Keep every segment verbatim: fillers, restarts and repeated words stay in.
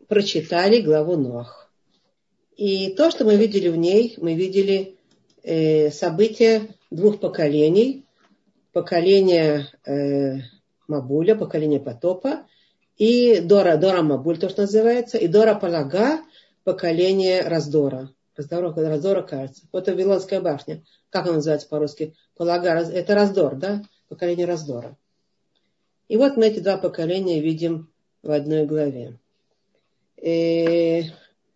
прочитали главу Ноах. И то, что мы видели в ней, мы видели э, события двух поколений. Поколение э, Мабуля, поколение потопа, и Дора, Дора Мабуль, то, что называется, и Дора Палага, поколение раздора. Раздора, раздора, кажется. Вот Вавилонская башня. Как она называется по-русски? Палага, это раздор, да? Поколение раздора. И вот мы эти два поколения видим в одной главе. И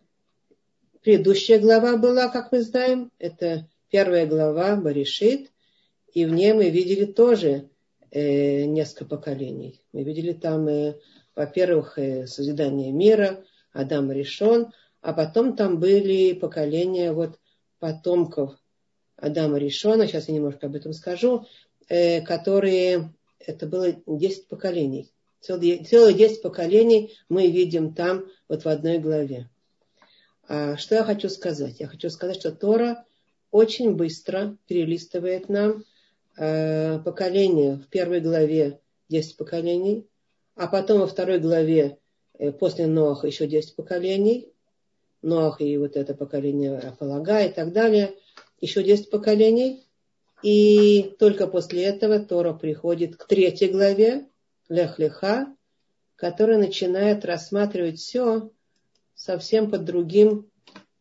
предыдущая глава была, как мы знаем, это первая глава Баришит, и в ней мы видели тоже э, несколько поколений. Мы видели там, э, во-первых, э, созидание мира, Адам Ришон, а потом там были поколения вот, потомков Адама Ришона, сейчас я немножко об этом скажу, э, которые, это было десять поколений. Целые, целые десять поколений мы видим там вот в одной главе. А что я хочу сказать? Я хочу сказать, что Тора очень быстро перелистывает нам э, поколение. В первой главе десять поколений, а потом во второй главе э, после Ноаха еще десять поколений. Ноах и вот это поколение Апалага и так далее. Еще десять поколений. И только после этого Тора приходит к третьей главе, Лех-Леха, которая начинает рассматривать все совсем под другим,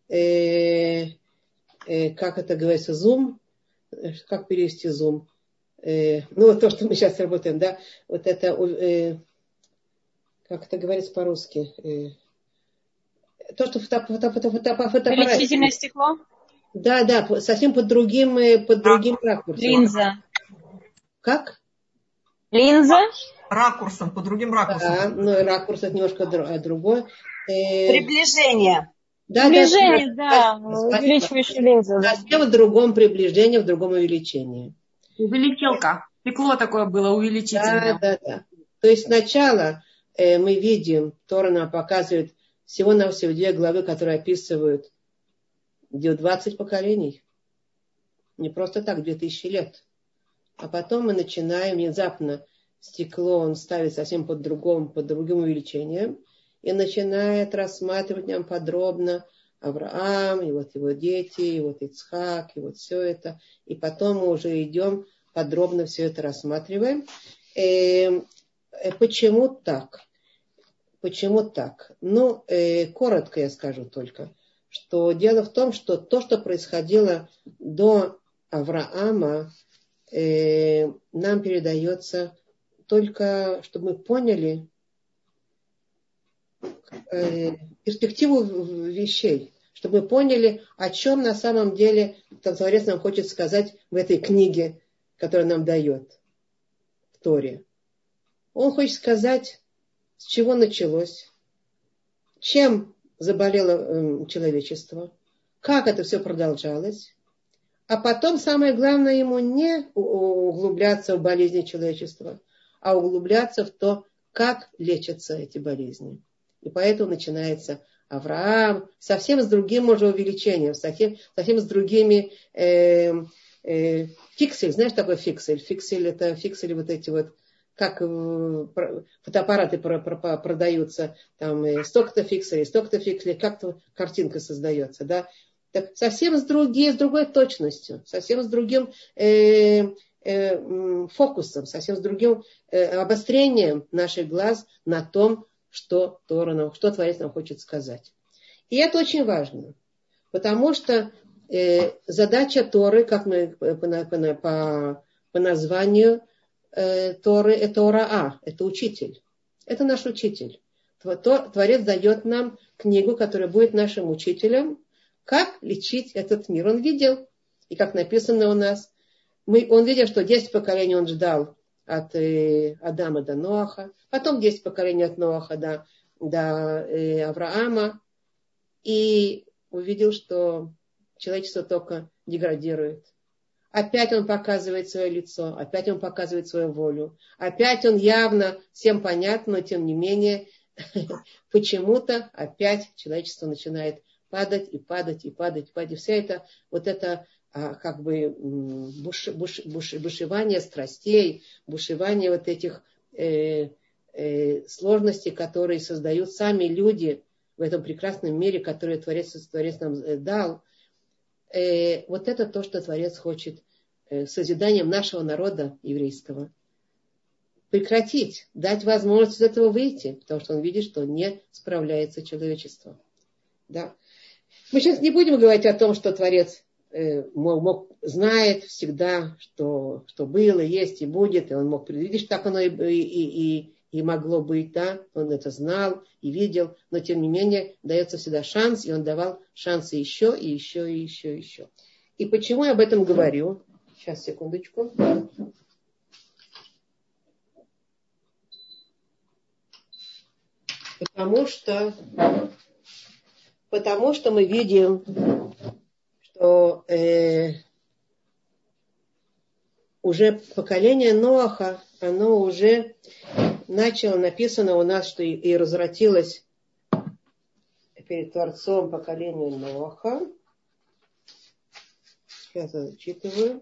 э, э, как это говорится, зум, как перевести зум. Э, ну, вот то, что мы сейчас работаем, да, вот это, э, как это говорится по-русски, э, то, что фото, фото, фото, фото, фото, увеличительное стекло? Да, да, совсем под другим, под другим ракурсом. Линза. Как? Линза? Ракурсом, по другим ракурсам. Да, но ракурс это немножко другой. Э, Приближение. Да, Приближение, да, да, увеличивающая линза. Да. Совсем в другом приближении, в другом увеличении. Увеличилка. Стекло такое было увеличительное. Да, да, да. То есть сначала э, мы видим, Тора нам показывает всего-навсего две главы, которые описывают двадцать поколений. Не просто так, две тысячи лет. А потом мы начинаем внезапно, стекло он ставит совсем под другим, под другим увеличением и начинает рассматривать нам подробно Авраам, и вот его дети, и вот Ицхак, и вот все это. И потом мы уже идем, подробно все это рассматриваем. Э, э, почему так? Почему так? Ну, э, коротко я скажу только, что дело в том, что то, что происходило до Авраама, э, нам передается только, чтобы мы поняли э, перспективу вещей, чтобы мы поняли, о чем на самом деле Творец нам хочет сказать в этой книге, которую нам дает в Торе. Он хочет сказать, с чего началось, чем заболело человечество, как это все продолжалось. А потом самое главное ему не углубляться в болезни человечества, а углубляться в то, как лечатся эти болезни. И поэтому начинается Авраам совсем с другим уже увеличением, совсем, совсем с другими э, э, фиксель. Знаешь, что такое фиксель? Фиксель это фиксели вот эти вот, как фотоаппараты продаются, там столько-то фикселей, столько-то фикселей, как-то картинка создается, да. Так совсем с, другой, с другой точностью, совсем с другим э, э, фокусом, совсем с другим э, обострением наших глаз на том, что Тора нам, что Творец нам хочет сказать. И это очень важно, потому что э, задача Торы, как мы по, по, по, по названию э, Торы, это Ораа, это учитель. Это наш учитель. Творец дает нам книгу, которая будет нашим учителем, как лечить этот мир. Он видел, и как написано у нас, мы, он видел, что десять поколений он ждал от э, Адама до Ноаха, потом десять поколений от Ноаха до, до э, Авраама, и увидел, что человечество только деградирует. Опять он показывает свое лицо, опять он показывает свою волю, опять он явно, всем понятно, но тем не менее, почему-то опять человечество начинает падать и падать и падать, и падать. И вся это, вот это а, как бы буш, буш, буш, бушевание страстей, бушевание вот этих э, э, сложностей, которые создают сами люди в этом прекрасном мире, который Творец, Творец нам дал, э, вот это то, что Творец хочет э, созиданием нашего народа еврейского прекратить, дать возможность из этого выйти, потому что он видит, что не справляется человечество. Да. Мы сейчас не будем говорить о том, что Творец э, мог, мог, знает всегда, что, что было, есть и будет, и он мог предвидеть, что так оно и, и, и, и могло быть, да, он это знал и видел, но тем не менее дается всегда шанс, и он давал шансы еще, и еще, и еще, и еще. И почему я об этом говорю? Сейчас, секундочку. Потому что, потому что мы видим, что э, уже поколение Ноаха, оно уже начало, написано у нас, что и, и развратилось перед Творцом поколение Ноаха. Сейчас я зачитываю.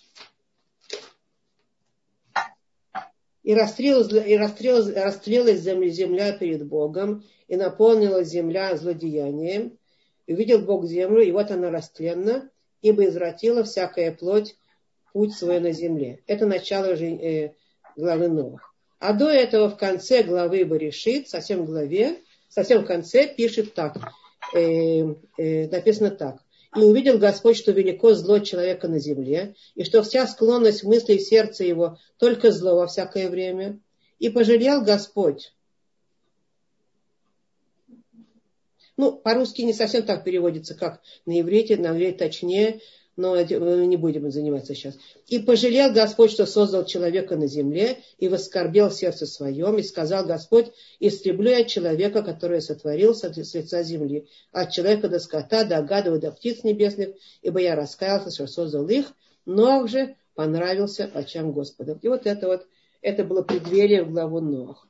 И растрелась, и растрелась, растрелась земля перед Богом, и наполнилась земля злодеянием. И увидел Бог землю, и вот она растленна, ибо извратила всякая плоть путь свой на земле. Это начало э, главы Ноах. А до этого в конце главы Берешит, совсем в главе, совсем в конце пишет так, э, э, написано так. И увидел Господь, что велико зло человека на земле, и что вся склонность мыслей в сердце его только зло во всякое время. И пожалел Господь. Ну, по-русски не совсем так переводится, как на иврите, на иврите точнее, но мы не будем заниматься сейчас. И пожалел Господь, что создал человека на земле, и воскорбел в сердце своем, и сказал Господь, истреблю я человека, который сотворил с лица земли, от человека до скота, до гада, до птиц небесных, ибо я раскаялся, что создал их, Ноах же понравился очам Господа. И вот это вот, это было преддверие в главу Ноах.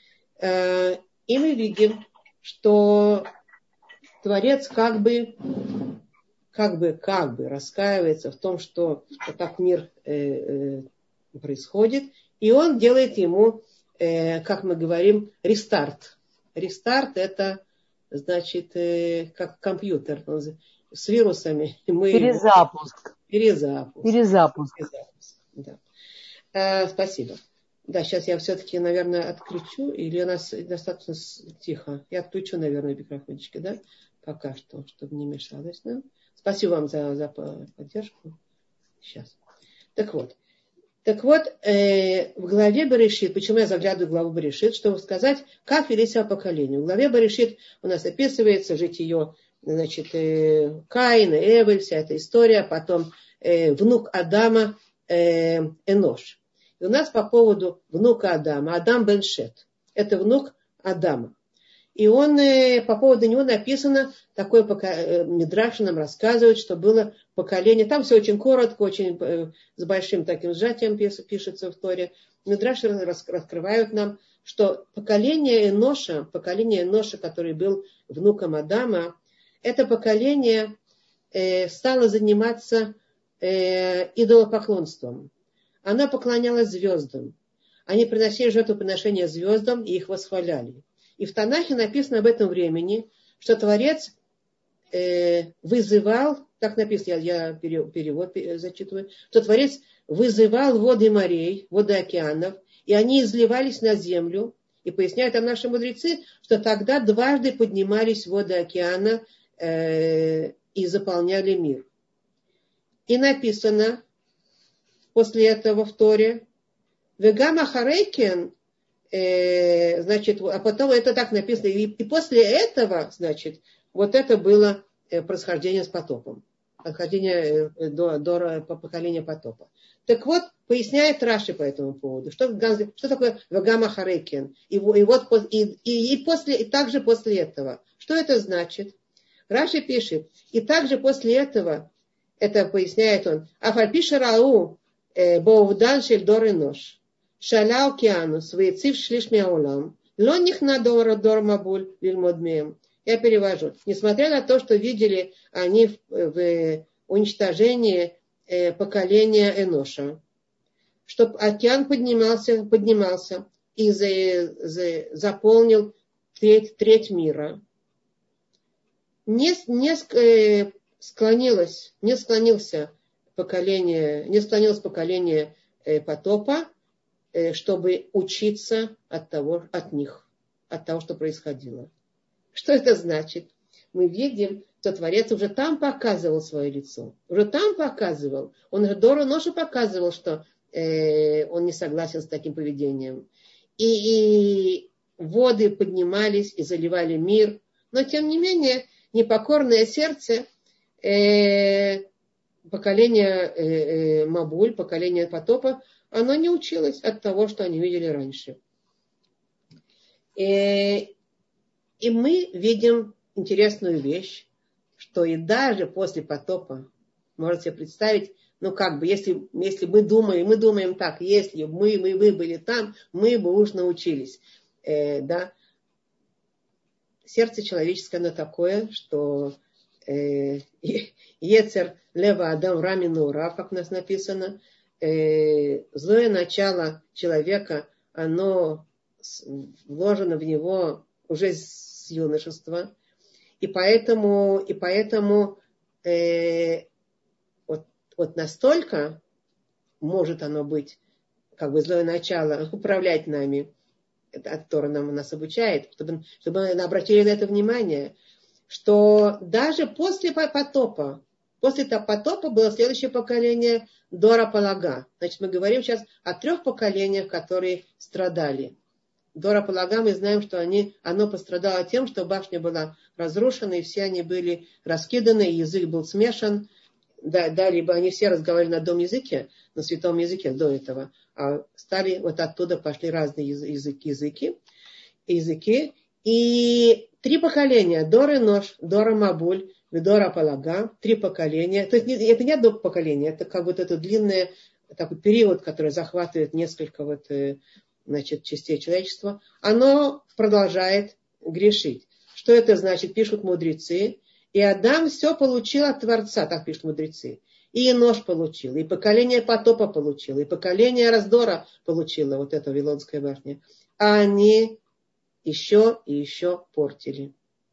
И мы видим, что Творец как бы как бы, как бы раскаивается в том, что, что так мир э, э, происходит, и он делает ему, э, как мы говорим, рестарт. Рестарт это, значит, э, как компьютер с вирусами. Мы Перезапуск. Перезапуск. Перезапуск. Перезапуск. Да. Э, спасибо. Да, сейчас я все-таки, наверное, отключу, или у нас достаточно тихо. Я отключу, наверное, микрофончики, да, пока что, чтобы не мешалось нам. Спасибо вам за, за поддержку. Сейчас. Так вот. Так вот, э, в главе Берешит, почему я заглядываю в главу Берешит, чтобы сказать, как вели себя поколение. В главе Берешит у нас описывается житие, значит, э, Каина, Эвель, вся эта история, потом э, внук Адама э, Энош. И у нас по поводу внука Адама, Адам бен Шет, это внук Адама. И он, по поводу него написано, такой мидраш нам рассказывает, что было поколение, там все очень коротко, очень с большим таким сжатием пишется в Торе. Мидраши раскрывают нам, что поколение Эноша, поколение Эноша, который был внуком Адама, это поколение стало заниматься идолопоклонством. Оно поклонялось звездам. Они приносили жертвоприношения звездам и их восхваляли. И в Танахе написано об этом времени, что Творец э, вызывал, так написано, я, я перевод зачитываю, что Творец вызывал воды морей, воды океанов, и они изливались на землю. И поясняют там наши мудрецы, что тогда дважды поднимались воды океана э, и заполняли мир. И написано после этого в Торе, «Вегама харейкен», Э, значит, а потом это так написано. И, и после этого, значит, вот это было э, происхождение с потопом. Происхождение э, до, до поколения потопа. Так вот, поясняет Раши по этому поводу. Что, что такое Вагама Харейкен? И, и, вот, и, и, и, после, и также после этого. Что это значит? Раши пишет, и также после этого, это поясняет он, Афальпиша Рау Боувдан Шельдор и Нож. Шаля океанус, вейцив шлиш мяулам, лонних на дора дор мабуль вильмодмеем. Я перевожу. Несмотря на то, что видели они в, в уничтожении э, поколения Эноша, чтобы океан поднимался, поднимался и за, за, заполнил треть, треть мира. не, не э, склонилось, не склонился поколение, не склонилось поколение э, потопа, э, чтобы учиться от того, от них, от того, что происходило. Что это значит? Мы видим, что Творец уже там показывал свое лицо. Уже там показывал. Он же Дору Ношу показывал, что э, он не согласен с таким поведением. И, и воды поднимались и заливали мир. Но, тем не менее, непокорное сердце э, поколения э, э, Мабуль, поколения потопа, оно не училось от того, что они видели раньше. И, и мы видим интересную вещь, что и даже после потопа, можете себе представить, ну как бы, если, если мы думаем, мы думаем так, если мы, мы, мы были там, мы бы уж научились. Э, да. Сердце человеческое, оно такое, что э, Ецер Лева Адам Рамину Ура, как у нас написано, э, злое начало человека, оно вложено в него уже с юношества. И поэтому, и поэтому э, вот, вот настолько может оно быть, как бы злое начало, управлять нами, это Тора нам нас обучает, чтобы, чтобы мы обратили на это внимание, что даже после потопа, после того потопа было следующее поколение Дора Палага. Значит, мы говорим сейчас о трех поколениях, которые страдали. Дора Палага, мы знаем, что они, оно пострадало тем, что башня была разрушена, и все они были раскиданы, и язык был смешан. Да, да, либо они все разговаривали на одном языке, на святом языке до этого, а стали, вот оттуда пошли разные языки, языки, языки. И три поколения, Дора Нош, Дора Мабуль, Дора Палага, три поколения. То есть это не одно поколение, это как вот это длинный такой период, который захватывает несколько вот, значит, частей человечества, оно продолжает грешить. Что это значит? Пишут мудрецы. И Адам все получил от Творца, так пишут мудрецы. И Енош получил, и поколение потопа получило, и поколение раздора получило, вот эта Вавилонская башня. А они еще и еще портили.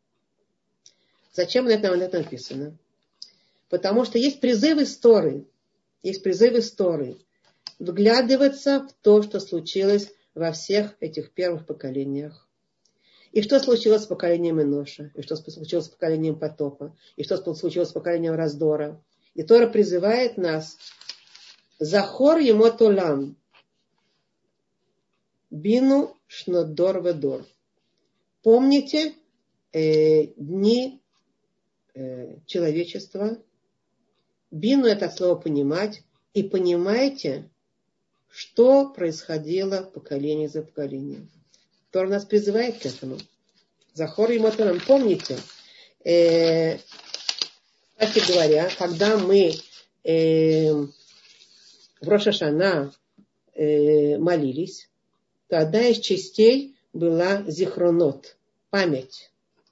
Зачем на этом, на этом написано? Потому что есть призыв из Торы, есть призыв из Торы вглядываться в то, что случилось во всех этих первых поколениях. И что случилось с поколением Еноша, и что случилось с поколением потопа, и что случилось с поколением раздора. И Тора призывает нас «Захор емот олам, бину шнодор ведор». Помните э, дни э, человечества. Бину – это слово «понимать». И понимайте, что происходило поколение за поколением. Тора нас призывает к этому. Захор емот олам. Помните, э, кстати говоря, когда мы э, в Рош ха-Шана э, молились, то одна из частей была зихронот, память.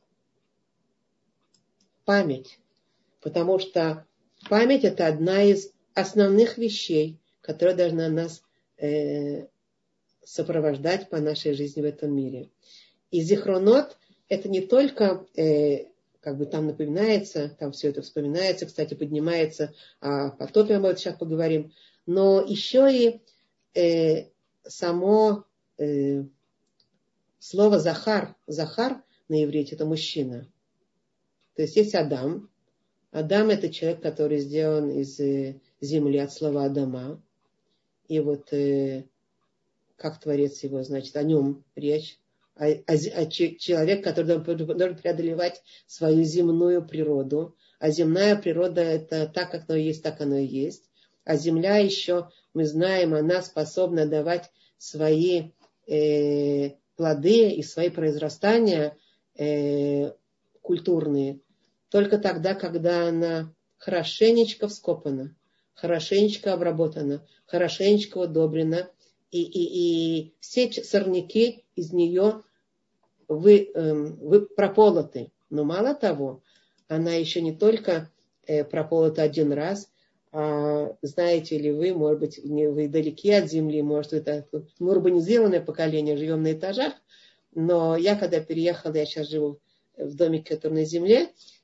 Память. Потому что память – это одна из основных вещей, которая должна нас э, сопровождать по нашей жизни в этом мире. И зихронот – это не только... Э, как бы там напоминается, там все это вспоминается, кстати, поднимается, о потопе мы вот сейчас поговорим, но еще и э, само э, слово Захар, Захар на иврите это мужчина. То есть есть Адам. Адам это человек, который сделан из э, земли от слова Адама. И вот э, как Творец его, значит, о нем речь. А, а, а человек, который должен преодолевать свою земную природу. А земная природа это так, как оно есть, так оно и есть. А земля еще, мы знаем, она способна давать свои э, плоды и свои произрастания э, культурные. Только тогда, когда она хорошенечко вскопана, хорошенечко обработана, хорошенечко удобрена. И, и, и все сорняки из нее вы, эм, вы прополоты. Но мало того, она еще не только э, прополота один раз, а знаете ли вы, может быть, не, вы далеки от земли, может, это мы урбанизированное поколение, живем на этажах, но я когда переехала, я сейчас живу в домике, который на земле,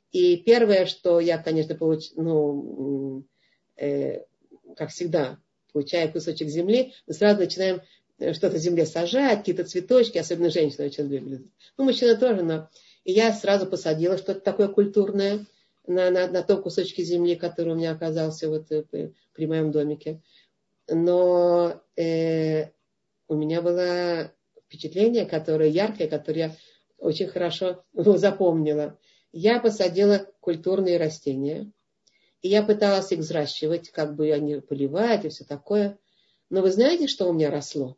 И первое, что я, конечно, получ... ну, э, как всегда, получая кусочек земли, мы сразу начинаем что-то в земле сажать, какие-то цветочки, особенно женщины очень любят. Ну, мужчина тоже, но... И я сразу посадила что-то такое культурное на, на, на том кусочке земли, который у меня оказался вот при моем домике. Но э, у меня было впечатление, которое яркое, которое я очень хорошо запомнила. Я посадила культурные растения, и я пыталась их взращивать, как бы они поливать и все такое. Но вы знаете, что у меня росло?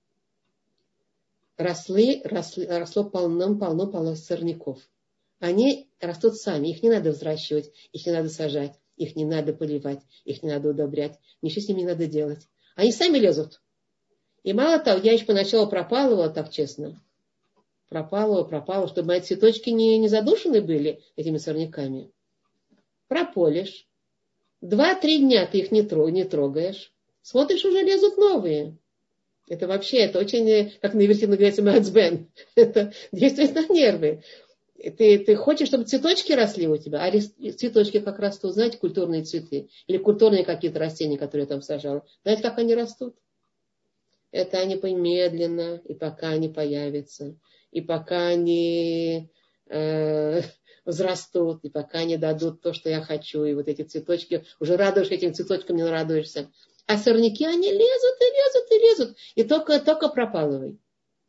Росли, росли, росло полно-полно-полно сорняков. Они растут сами, их не надо взращивать, их не надо сажать, их не надо поливать, их не надо удобрять, ничего с ними не надо делать. Они сами лезут. И мало того, я еще поначалу пропалывала, так честно. Пропалывала, пропалывала, чтобы мои цветочки не, не задушены были этими сорняками. Прополишь. Два-три дня ты их не, не трогаешь. Смотришь, уже лезут новые. Это вообще, это очень, как на иврите называется, мацбен. Это действует на нервы. Ты, ты хочешь, чтобы цветочки росли у тебя, а цветочки как растут, знаете, культурные цветы, или культурные какие-то растения, которые я там сажала. Знаете, как они растут? Это они медленно, и пока они появятся, и пока они э, взрастут, и пока они дадут то, что я хочу, и вот эти цветочки, уже радуешься этим цветочкам, не радуешься. А сорняки, они лезут и лезут и лезут. И только, только пропалывай.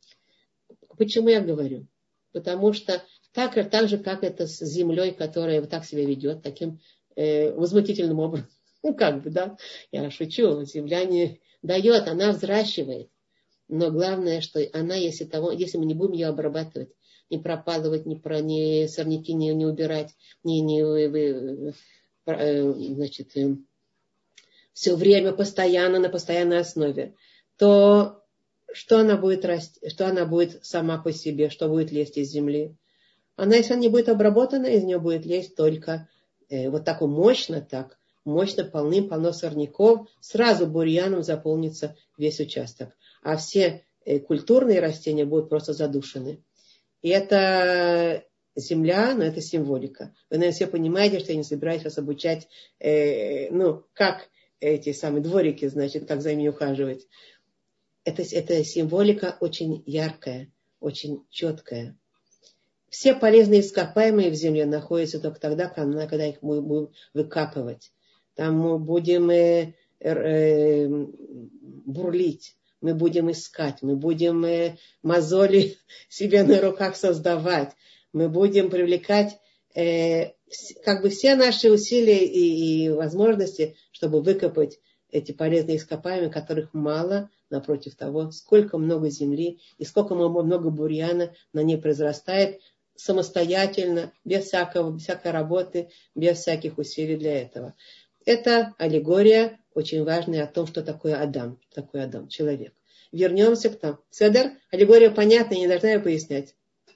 Почему я говорю? Потому что так, так же, как это с землей, которая вот так себя ведет, таким э, возмутительным образом. Ну, как бы, да. Я шучу. Земля не дает, она взращивает. Но главное, что она, если, того, если мы не будем ее обрабатывать, не пропалывать, не, про, не сорняки не, не убирать, не, не, э, э, значит, э, все время, постоянно, на постоянной основе, то что она будет расти, что она будет сама по себе, что будет лезть из земли? Она, если она не будет обработана, из нее будет лезть только э, вот так мощно, так, мощно, полным-полно сорняков, сразу бурьяном заполнится весь участок. А все э, культурные растения будут просто задушены. И это земля, но это символика. Вы, наверное, все понимаете, что я не собираюсь вас обучать, э, ну, как эти самые дворики, значит, как за ними ухаживать. Это, это символика очень яркая, очень четкая. Все полезные ископаемые в земле находятся только тогда, когда, когда их мы будем выкапывать. Там мы будем э, э, бурлить, мы будем искать, мы будем э, мозоли себе на руках создавать, мы будем привлекать э, как бы все наши усилия и, и возможности, чтобы выкопать эти полезные ископаемые, которых мало, напротив того, сколько много земли и сколько много бурьяна на ней произрастает самостоятельно, без всякого, без всякой работы, без всяких усилий для этого. Это аллегория очень важная о том, что такое Адам, что такое Адам, человек. Вернемся к тому. Седер, аллегория понятна, не должна ее пояснять.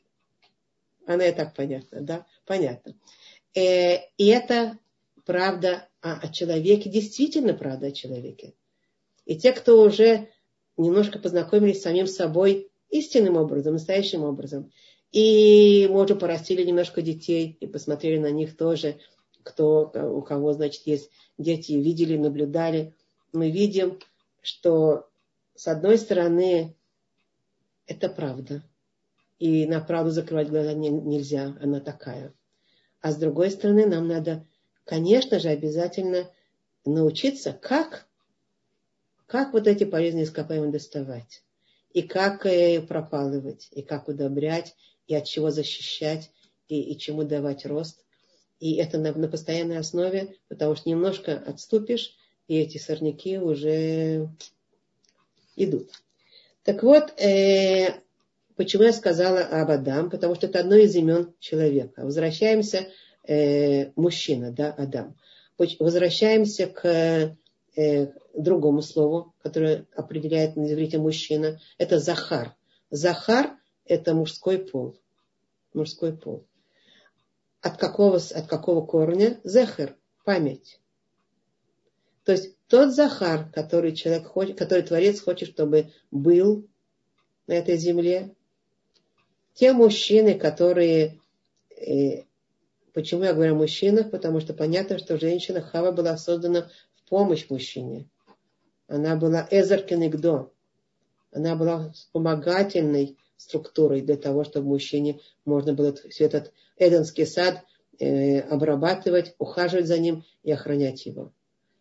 Она и так понятна, да? Понятно. Э, и это правда о, о человеке, действительно правда о человеке. И те, кто уже немножко познакомились с самим собой истинным образом, настоящим образом, и, может, порастили немножко детей и посмотрели на них тоже, кто, у кого, значит, есть дети, видели, наблюдали, мы видим, что с одной стороны это правда. И на правду закрывать глаза не, нельзя, она такая. А с другой стороны нам надо, конечно же, обязательно научиться, как, как вот эти полезные ископаемые доставать. И как пропалывать, и как удобрять, и от чего защищать, и, и чему давать рост. И это на, на постоянной основе, потому что немножко отступишь, и эти сорняки уже идут. Так вот, э, почему я сказала об Адам? Потому что это одно из имен человека. Возвращаемся, э, мужчина, да, Адам. Возвращаемся к э, другому слову, которое определяет на иврите мужчина. Это Захар. Захар – это мужской пол. Мужской пол. От какого, от какого корня? Зехер – память. То есть тот Захар, который человек хочет, который Творец хочет, чтобы был на этой земле. Те мужчины, которые э, почему я говорю о мужчинах? Потому что понятно, что женщина Хава была создана в помощь мужчине. Она была эзер кенегдо. Она была вспомогательной структурой для того, чтобы мужчине можно было все этот эденский сад э, обрабатывать, ухаживать за ним и охранять его.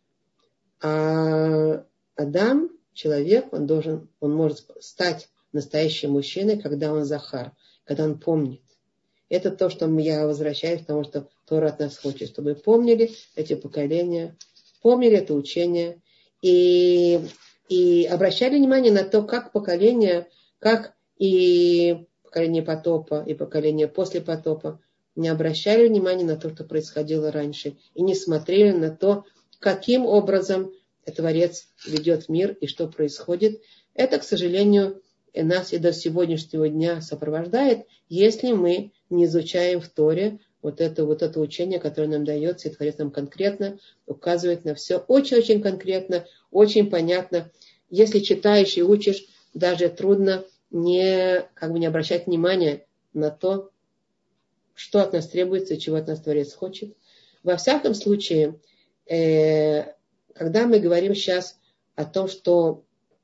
А Адам, человек, он должен, он может стать настоящим мужчиной, когда он захар, когда он помнит. Это то, что я возвращаюсь к тому, что Тора от нас хочет, чтобы помнили эти поколения, помнили это учение и, и обращали внимание на то, как поколение, как и поколение потопа, и поколение после потопа не обращали внимания на то, что происходило раньше, и не смотрели на то, каким образом Творец ведет мир и что происходит. Это, к сожалению, нас и до сегодняшнего дня сопровождает, если мы не изучаем в Торе вот это, вот это учение, которое нам дается, и Творец нам конкретно указывает на все очень-очень конкретно, очень понятно. Если читаешь и учишь, даже трудно не, как бы не обращать внимания на то, что от нас требуется и чего от нас Творец хочет. Во всяком случае, э, когда мы говорим сейчас о том, что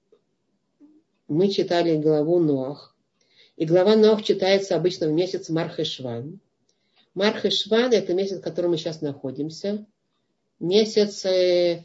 мы читали главу Ноах, и глава Ноах читается обычно в месяц Мар-Хешван. Мар-Хешван – это месяц, в котором мы сейчас находимся. Месяц, э,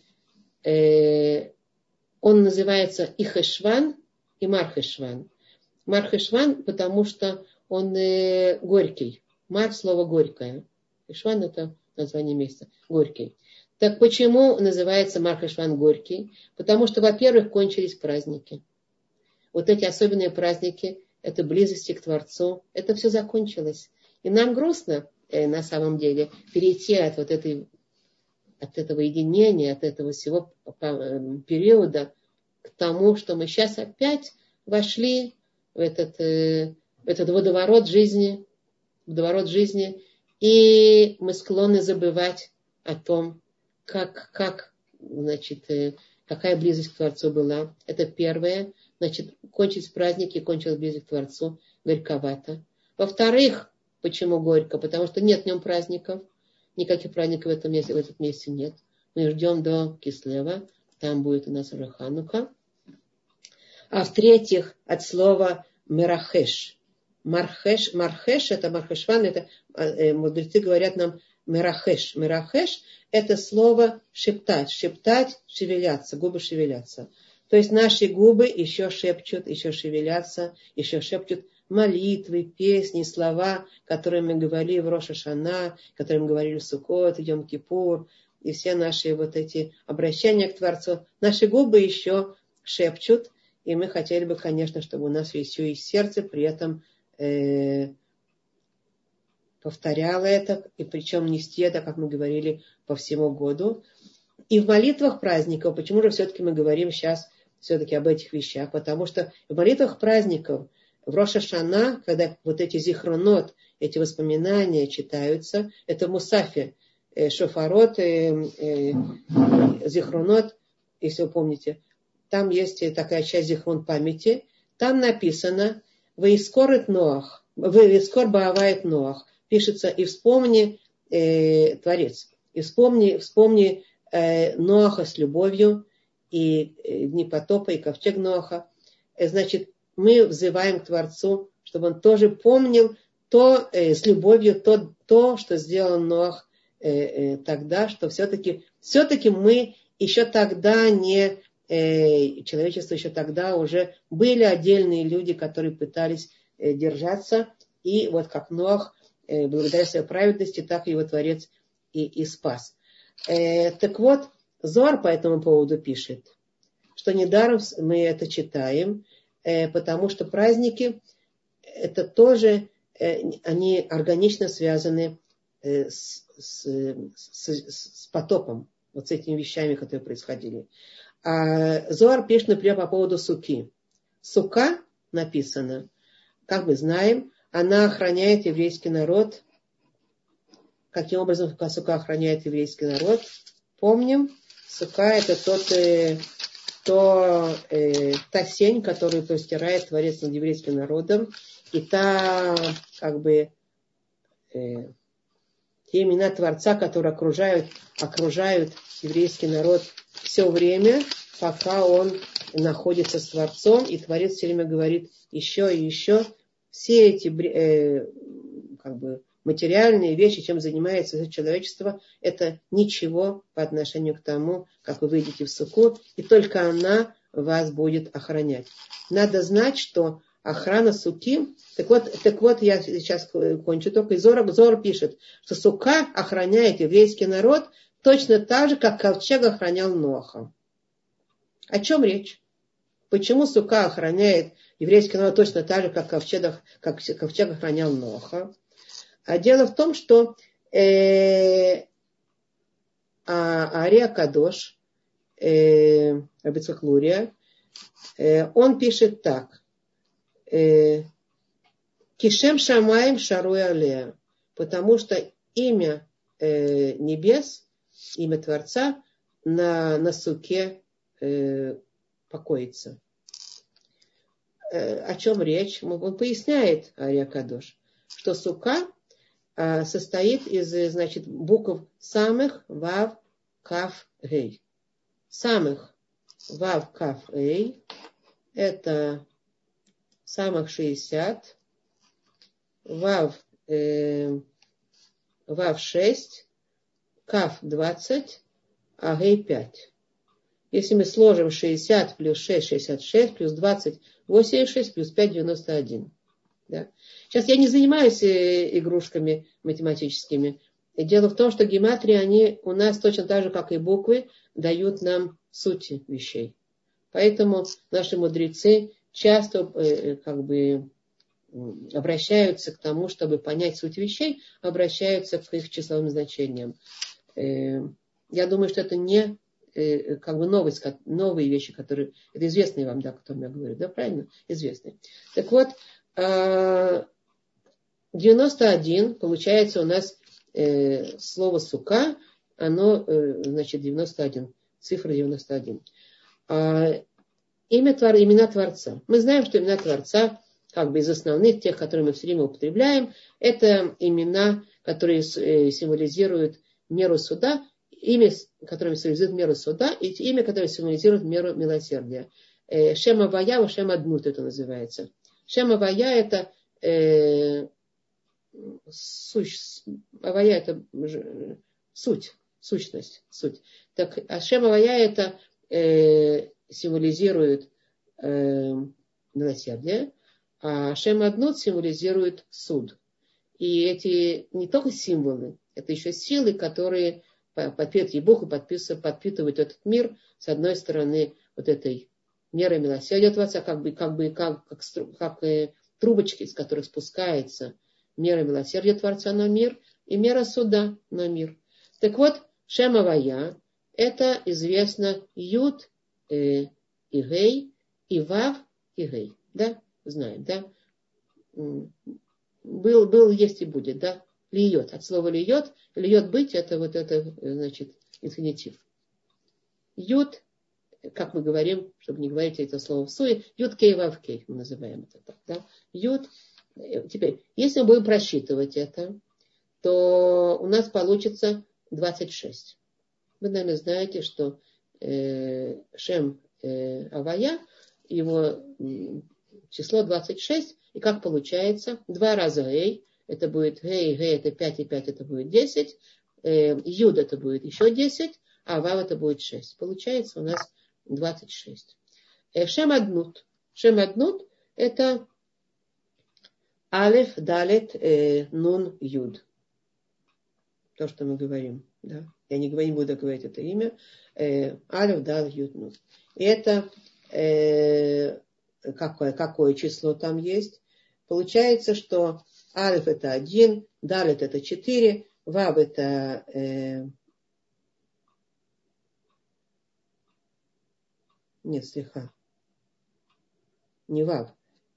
э, он называется и Хешван, и Мар-Хешван. Мар-Хешван, потому что он э, горький. Мар – слово горькое. Хешван – это название месяца. Горький. Так почему называется Мар-Хешван горький? Потому что, во-первых, кончились праздники. Вот эти особенные праздники, это близости к Творцу, это все закончилось. И нам грустно, э, на самом деле, перейти от вот этой, от этого единения, от этого всего периода к тому, что мы сейчас опять вошли в этот, э, в этот водоворот жизни, водоворот жизни, и мы склонны забывать о том, как, как, значит, э, какая близость к Творцу была. Это первое. Значит, кончились праздники, кончилась близость к Творцу, горьковато. Во-вторых, почему горько? Потому что нет в нем праздников. Никаких праздников в этом месте, в этом месте нет. Мы ждем до Кислева. Там будет у нас уже Ханука. А в-третьих, от слова мерахеш. Мархеш, мархеш, это мархешван, это э, мудрецы говорят нам мерахеш. Мерахеш – это слово шептать, шептать, шевеляться, губы шевелятся. То есть наши губы еще шепчут, еще шевелятся, еще шепчут молитвы, песни, слова, которые мы говорили в Рош ха-Шана, которые мы говорили в Суккот, Йом-Кипур, и все наши вот эти обращения к Творцу. Наши губы еще шепчут, и мы хотели бы, конечно, чтобы у нас еще и сердце при этом э, повторяло это, и причем нести это, как мы говорили, по всему году. И в молитвах праздников, почему же все-таки мы говорим сейчас все-таки об этих вещах? Потому что в молитвах праздников, в Рош ха-Шана, когда вот эти зихронот, эти воспоминания читаются, это в Мусафе, э, шофарот, э, э, зихронот, если вы помните, там есть такая часть зихрон памяти, там написано «Ваискорет Ноах», «Ваискор баавает Ноах», пишется «И вспомни э, Творец», «И вспомни, вспомни э, Ноаха с любовью», и дни потопа, и ковчег Ноаха. Значит, мы взываем к Творцу, чтобы он тоже помнил то, э, с любовью то, то, что сделал Ноах э, э, тогда, что все-таки, все-таки мы еще тогда не, э, человечество еще тогда уже были отдельные люди, которые пытались э, держаться, и вот как Ноах, э, благодаря своей праведности, так его Творец и, и спас. Э, так вот, Зоар по этому поводу пишет, что недаром мы это читаем, потому что праздники это тоже, они органично связаны с, с, с, с потопом, вот с этими вещами, которые происходили. А Зоар пишет, например, по поводу суки. Сука написано, как мы знаем, она охраняет еврейский народ. Каким образом сука охраняет еврейский народ? Помним. Сука – это тот, э, то, э, та сень, которую простирает Творец над еврейским народом, и та, как бы, э, те имена Творца, которые окружают, окружают еврейский народ все время, пока он находится с Творцом, и Творец все время говорит еще и еще. Все эти э, как бы материальные вещи, чем занимается человечество, это ничего по отношению к тому, как вы выйдете в суку, и только она вас будет охранять. Надо знать, что охрана суки, так вот, так вот я сейчас кончу только, и Зор, Зор пишет, что сука охраняет еврейский народ точно так же, как ковчег охранял Ноаха. О чем речь? Почему сука охраняет еврейский народ точно так же, как ковчег, как ковчег охранял Ноаха? А дело в том, что э, а, Ария Кадош, э, Рабицхак Лурия, э, он пишет так. Э, Кишем Шамаем Шаруй Алея, потому что имя э, небес, имя Творца на, на суке э, покоится. Э, о чем речь? Он поясняет, Ария Кадош, что сука э, состоит из, значит, букв самых, вав, каф, гей. Самых, вав, каф, гей, это самых шестьдесят, вав, э, вав шесть, каф двадцать, а гей пять. Если мы сложим шестьдесят плюс шесть, шестьдесят шесть, плюс двадцать, восемьдесят шесть, плюс пять, девяносто один. Да? Сейчас я не занимаюсь игрушками математическими. Дело в том, что гематрии, они у нас точно так же, как и буквы, дают нам сути вещей. Поэтому наши мудрецы часто как бы обращаются к тому, чтобы понять суть вещей, обращаются к их числовым значениям. Я думаю, что это не как бы новость, новые вещи, которые... Это известные вам, да, о котором я говорю, да, правильно? Известные. Так вот, девяносто один, получается у нас слово сука, оно, значит, девяносто один, цифра девяносто один. Имя, имена Творца. Мы знаем, что имена Творца, как бы из основных, тех, которые мы все время употребляем, это имена, которые символизируют меру суда, имя, которое символизирует меру суда, и имя, которое символизирует меру милосердия. Шем Авая, Шем Аднут это называется. Шем Авая это э, сущ, Авая это суть, сущность, суть. Так, а Шем Авая это э, символизирует э, милосердие, а Шем Аднут символизирует суд. И эти не только символы, это еще силы, которые подпитывают Бог и подпитывают этот мир, с одной стороны, вот этой мерой милосердия Творца, как бы, как, бы, как, как, как э, трубочки, из которых спускается мера милосердия Творца на мир и мера суда на мир. Так вот, Шем Авая, это известно Юд э, и Гей, и Вав и Гей. Да? Знаем, да? Был, был, есть и будет, да? Льет. От слова льет. Льет быть, это вот это, значит, инфинитив. Юд, как мы говорим, чтобы не говорить это слово в суе, юд кей вав кей, мы называем это так, да? Юд. Теперь, если мы будем просчитывать это, то у нас получится двадцать шесть. Вы, наверное, знаете, что э, Шем э, Авая, его э, число двадцать шесть, и как получается? Два раза Гей, это будет Гей, Гей, это пять, и пять, это будет десять, э, Юд это будет еще десять, а Вав это будет шесть. Получается у нас двадцать шесть. Э, Шем Аднут. Шем Аднут это Алеф, Далет, э, Нун, Юд. То, что мы говорим. Да? Я не, говорю, не буду говорить это имя. Э, Алеф, Далет, Юд, Нун. И это э, какое, какое число там есть? Получается, что Алеф это один, Далет это четыре, Вав это э, нет, слегка. Не Вав.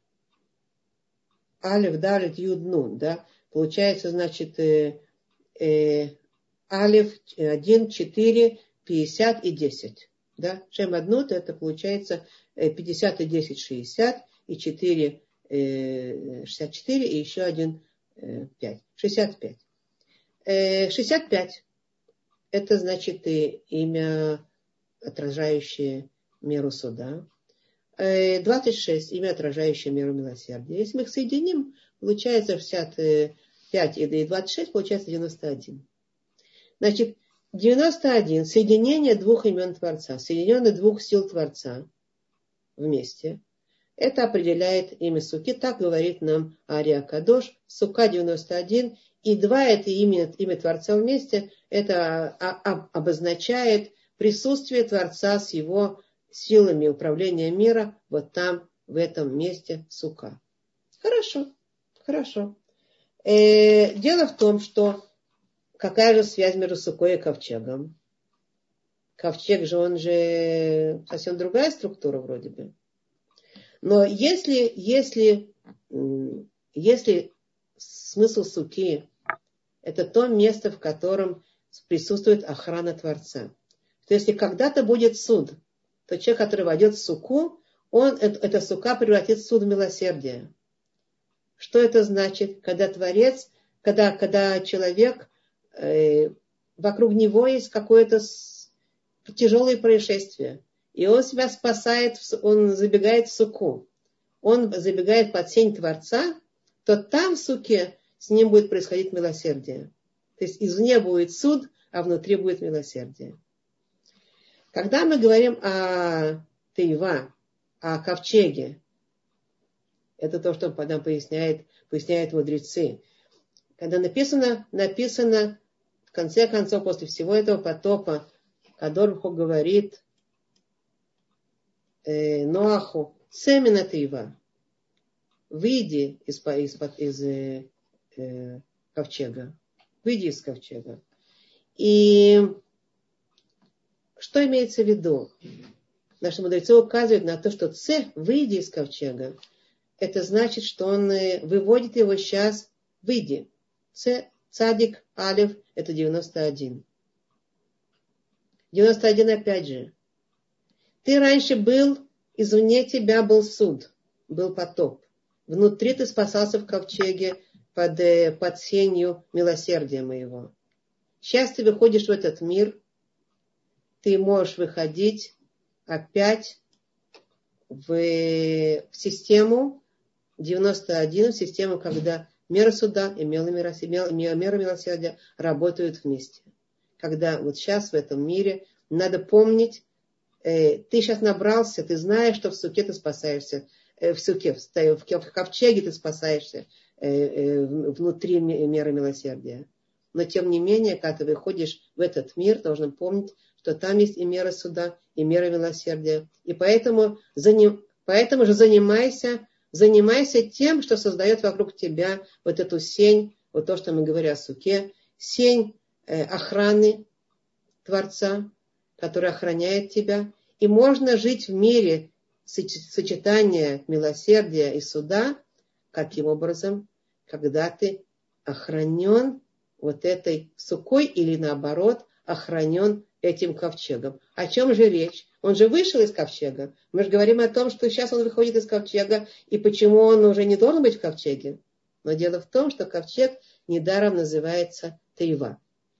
Алеф, Далет, Юд, Нун, да? Получается, значит, э, э, Алеф один, четыре, пятьдесят и десять. Да? Шем Аднут это получается пятьдесят и десять, шестьдесят, и четыре, э, шестьдесят четыре, и еще один э, пять. шестьдесят пять. шестьдесят пять. Это значит и имя, отражающее меру суда. двадцать шесть. Имя, отражающее меру милосердия. Если мы их соединим, получается шестьдесят пять и двадцать шесть, получается девяносто один. Значит, девяносто один. Соединение двух имен Творца. Соединение двух сил Творца вместе. Это определяет имя Суки. Так говорит нам Ария Кадош. Сука девяносто один. И два это имя, имя Творца вместе. Это обозначает присутствие Творца с его силами управления мира вот там, в этом месте Сука. Хорошо. Хорошо. Э, дело в том, что какая же связь между Сукой и ковчегом? Ковчег же, он же совсем другая структура вроде бы. Но если, если, если смысл суки – это то место, в котором присутствует охрана Творца, то если когда-то будет суд, то человек, который войдет в суку, он, эта сука превратит в суд милосердия. Что это значит? Когда Творец, когда, когда человек, э, вокруг него есть какое-то тяжелое происшествие, и он себя спасает, он забегает в суку, он забегает под сень Творца, то там в суке с ним будет происходить милосердие. То есть извне будет суд, а внутри будет милосердие. Когда мы говорим о Теива, о ковчеге, это то, что нам поясняет, поясняют мудрецы. Когда написано, написано, в конце концов, после всего этого потопа, Кадор-Буху говорит э, Ноаху, семена Теива, выйди из, из, из э, э, ковчега. Выйди из ковчега. И что имеется в виду? Наши мудрецы указывают на то, что Ц, выйди из ковчега, это значит, что он выводит его сейчас, выйди. Ц, цадик, алев, это девяносто один. девяносто один опять же. Ты раньше был, извне тебя был суд, был потоп. Внутри ты спасался в ковчеге под, под сенью милосердия моего. Сейчас ты выходишь в этот мир, ты можешь выходить опять в, в систему девяносто один, в систему, когда мера суда и мера милосердия работают вместе. Когда вот сейчас в этом мире надо помнить, э, ты сейчас набрался, ты знаешь, что в суке ты спасаешься, э, в суке, в, в ковчеге ты спасаешься э, э, внутри меры милосердия. Но тем не менее, когда ты выходишь в этот мир, должен помнить, что там есть и мера суда, и мера милосердия. И поэтому, заним, поэтому же занимайся, занимайся тем, что создает вокруг тебя вот эту сень, вот то, что мы говорим о суке, сень э, охраны Творца, который охраняет тебя. И можно жить в мире сочетания милосердия и суда, каким образом, когда ты охранен вот этой сукой или наоборот охранен этим ковчегом. О чем же речь? Он же вышел из ковчега. Мы же говорим о том, что сейчас он выходит из ковчега, и почему он уже не должен быть в ковчеге. Но дело в том, что ковчег недаром называется Теива.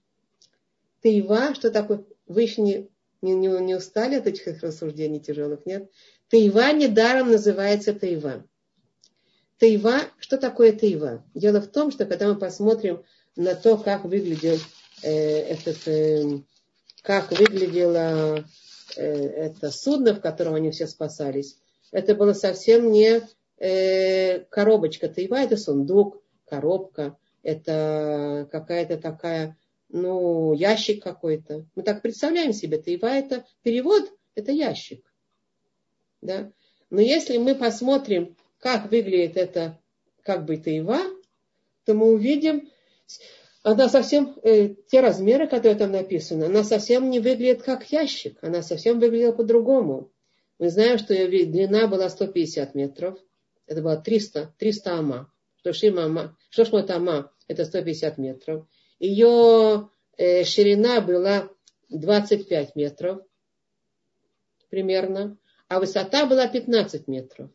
Теива, что такое? Вы еще не, не, не устали от этих рассуждений тяжелых, нет? Теива недаром называется Теива. Теива, что такое Теива? Дело в том, что когда мы посмотрим на то, как выглядел э, этот... Э, как выглядело э, это судно, в котором они все спасались. Это было совсем не э, коробочка Теива, это сундук, коробка, это какая-то такая, ну, ящик какой-то. Мы так представляем себе, Теива это перевод, это ящик. Да? Но если мы посмотрим, как выглядит это как бы Теива, то мы увидим... Она совсем, э, те размеры, которые там написаны, она совсем не выглядит как ящик. Она совсем выглядела по-другому. Мы знаем, что ее длина была сто пятьдесят метров. Это было триста, триста ама. Шлошим ама. Шлошмот ама. Это сто пятьдесят метров. Ее э, ширина была двадцать пять метров. Примерно. А высота была пятнадцать метров.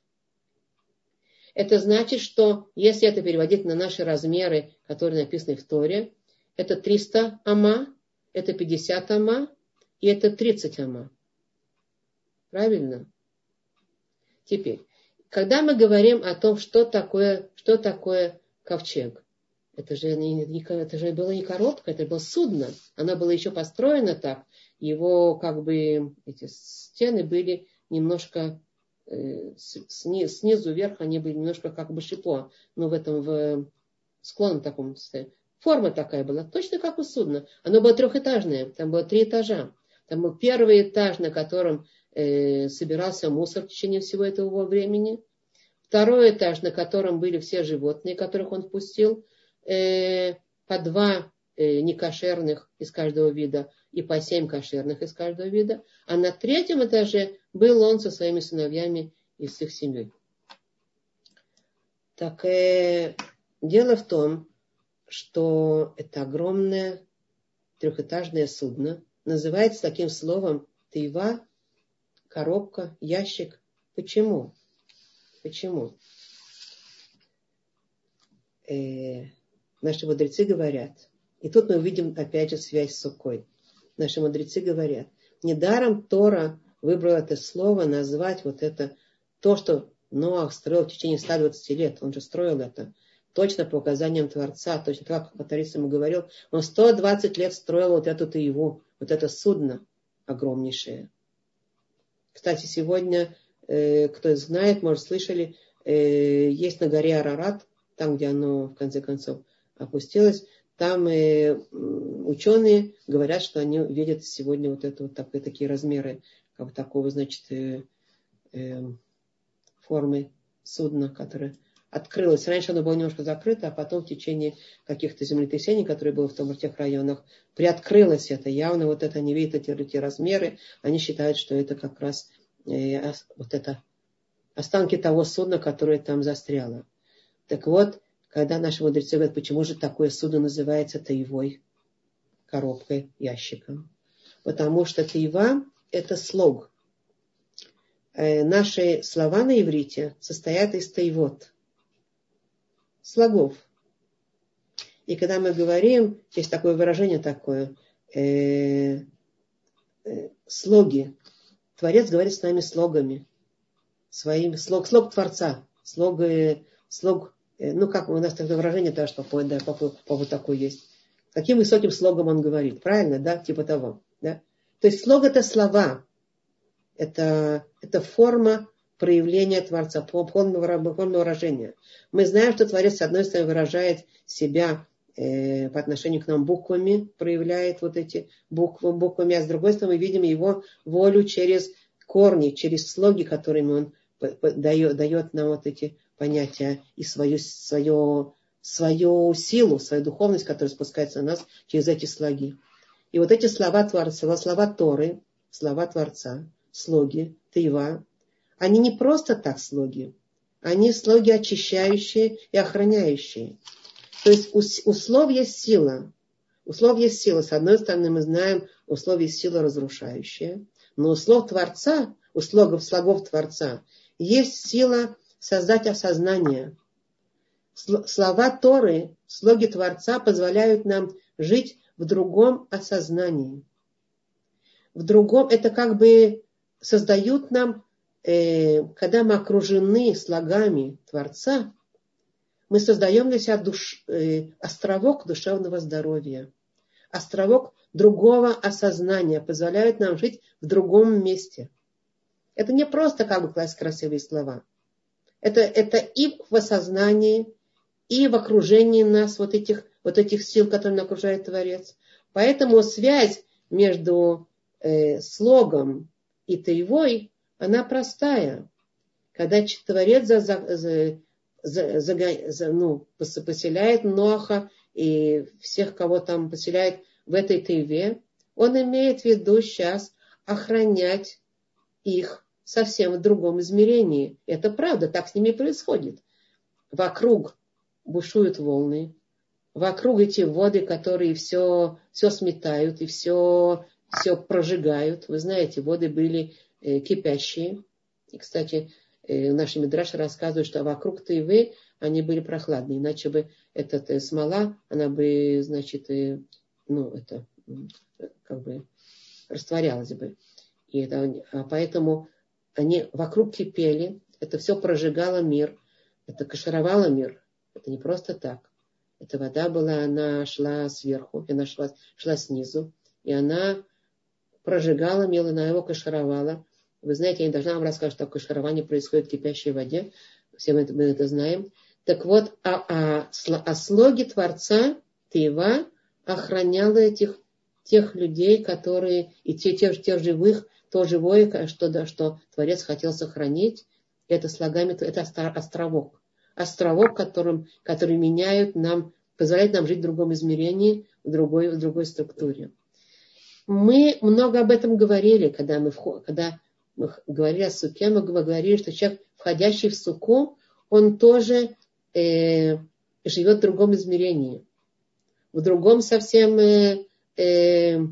Это значит, что если это переводить на наши размеры, которые написаны в Торе, это триста ама, это пятьдесят ама и это тридцать ама. Правильно? Теперь, когда мы говорим о том, что такое, что такое ковчег, это же, не, не, это же было не коробка, это было судно. Оно было еще построено так. Его как бы эти стены были немножко э, сни, снизу вверх, они были немножко как бы шипо, но в этом в склоне таком состоянии. Форма такая была, точно как у судна. Оно было трехэтажное, там было три этажа. Там был первый этаж, на котором э, собирался мусор в течение всего этого времени. Второй этаж, на котором были все животные, которых он впустил. Э, по два э, некошерных из каждого вида и по семь кошерных из каждого вида. А на третьем этаже был он со своими сыновьями и с их семьей. Так э, дело в том, что это огромное трехэтажное судно. Называется таким словом тейва, коробка, ящик. Почему? Почему? Э, наши мудрецы говорят, и тут мы увидим опять же связь с Суккой. Наши мудрецы говорят, недаром Тора выбрала это слово назвать вот это, то, что Ноах строил в течение ста двадцати лет. Он же строил это точно по указаниям Творца, точно так, как Творец ему говорил. Он сто двадцать лет строил вот эту тейву, вот это судно огромнейшее. Кстати, сегодня, э, кто знает, может, слышали, э, есть на горе Арарат, там, где оно, в конце концов, опустилось, там э, ученые говорят, что они видят сегодня вот это вот такие, такие размеры, как такого, значит, э, э, формы судна, которое открылось. Раньше оно было немножко закрыто, а потом в течение каких-то землетрясений, которые были в, том, в тех районах, приоткрылось это. Явно вот это, они видят эти, эти размеры, они считают, что это как раз э, вот это останки того судна, которое там застряло. Так вот, когда наши мудрецы говорят, почему же такое судно называется тейвой, коробкой, ящиком? Потому что тейва – это слог. Э, наши слова на иврите состоят из тейвот, слогов. И когда мы говорим, есть такое выражение такое, э, э, слоги. Творец говорит с нами слогами. Своим, слог, слог Творца. Слог, э, слог, э, ну как у нас такое выражение, да, что да, по поводу такое есть. Каким высоким слогом он говорит. Правильно, да? Типа того. Да? То есть слог это слова. Это, это форма проявления Творца, полного, полного выражения. Мы знаем, что Творец, с одной стороны, выражает себя э, по отношению к нам буквами, проявляет вот эти буквы, буквами, а с другой стороны, мы видим его волю через корни, через слоги, которыми он дает, дает нам вот эти понятия и свою, свою, свою силу, свою духовность, которая спускается на нас через эти слоги. И вот эти слова Творца, слова Торы, слова Творца, слоги, тейва, они не просто так слоги. Они слоги очищающие и охраняющие. То есть у, у слов есть сила. У слов есть сила. С одной стороны, мы знаем, у слов есть сила разрушающая. Но у слов Творца, у слогов, слогов Творца, есть сила создать осознание. Слова Торы, слоги Творца позволяют нам жить в другом осознании. В другом, это как бы создают нам, э, когда мы окружены слогами Творца, мы создаем для себя душ, э, островок душевного здоровья, островок другого осознания, позволяет нам жить в другом месте. Это не просто как бы класть красивые слова. Это, это и в осознании, и в окружении нас вот этих, вот этих сил, которыми окружает Творец. Поэтому связь между э, слогом и тейвой, она простая. Когда Творец за, за, за, за, за, за, ну, поселяет Ноаха и всех, кого там поселяет в этой тейве, он имеет в виду сейчас охранять их совсем в другом измерении. Это правда, так с ними происходит. Вокруг бушуют волны, вокруг эти воды, которые все, все сметают и все, все прожигают. Вы знаете, воды были э, кипящие. И, кстати, э, наши мидраши рассказывают, что вокруг Тейвы они были прохладные. Иначе бы эта смола, она бы, значит, ну, это, как бы растворялась бы. И это, а поэтому они вокруг кипели, это все прожигало мир, это кашировало мир. Это не просто так. Эта вода была, она шла сверху, она шла, шла снизу, и она прожигала мир, она его кашировала. Вы знаете, я не должна вам рассказать, что такое каширование происходит в кипящей воде. Все мы это, мы это знаем. Так вот, а, а, а слоги Творца, Тева, охраняла этих тех людей, которые, и те, тех, тех живых, то живое, что, да, что Творец хотел сохранить, это слогами, это островок. Островок, которым, который меняют нам, позволяет нам жить в другом измерении, в другой, в другой структуре. Мы много об этом говорили, когда мы, когда мы говорили о суке, мы говорили, что человек, входящий в суку, он тоже э, живет в другом измерении, в другом совсем э, э,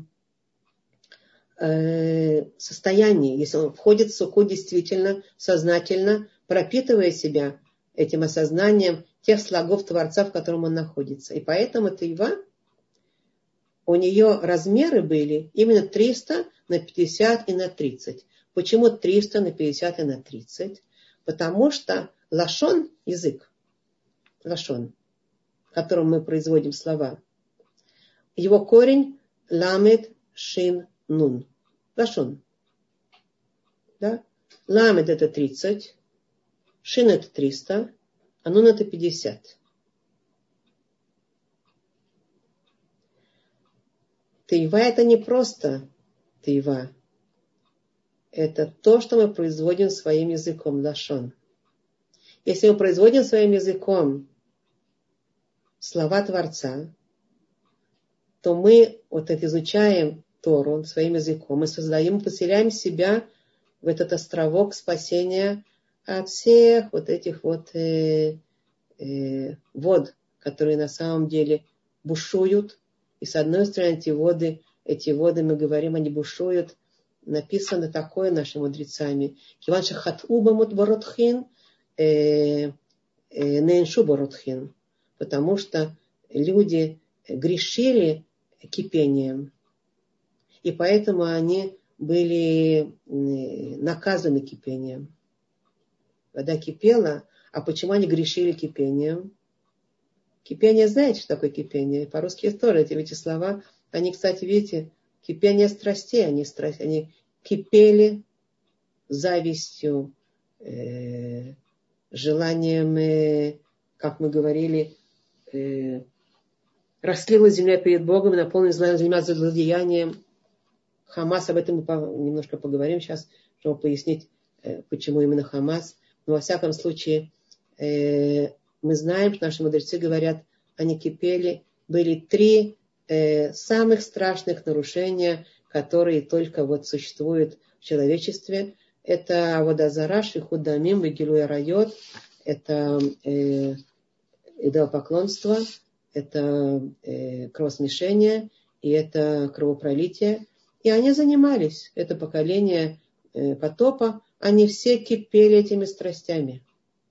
э, состоянии, если он входит в суку действительно, сознательно, пропитывая себя этим осознанием тех слогов Творца, в котором он находится. И поэтому Тева, у нее размеры были именно триста на пятьдесят и на тридцать. Почему триста на пятьдесят и на тридцать? Потому что лашон, язык, лашон, которым мы производим слова, его корень ламед шин нун. Лашон. Да? Ламед это тридцать, шин это триста, а нун это пятьдесят. Тева это не просто тева. Это то, что мы производим своим языком, лашон. Если мы производим своим языком слова Творца, то мы вот это изучаем Тору своим языком, мы создаем, поселяем себя в этот островок спасения от всех вот этих вот э, э, вод, которые на самом деле бушуют. И с одной стороны эти воды, эти воды, мы говорим, они бушуют. Написано такое нашими мудрецами. Киванша хатуба мут боротхин, нейншу боротхин. Потому что люди грешили кипением. И поэтому они были наказаны кипением. Вода кипела. А почему они грешили кипением? Кипение, знаете, что такое кипение? По-русски есть тоже эти, эти слова. Они, кстати, видите, кипение страстей. Они, страсть, они кипели завистью, э, желанием, э, как мы говорили, э, растлила земля перед Богом, наполнила земля злодеянием. Хамас, об этом мы немножко поговорим сейчас, чтобы пояснить, э, почему именно Хамас. Но во всяком случае, э, мы знаем, что наши мудрецы говорят, они кипели, были три э, самых страшных нарушения, которые только вот существуют в человечестве. Это авода зара, шихут дамим, гилуй арайот, это э, идолопоклонство, это э, кровосмешение и это кровопролитие. И они занимались, это поколение э, потопа, они все кипели этими страстями.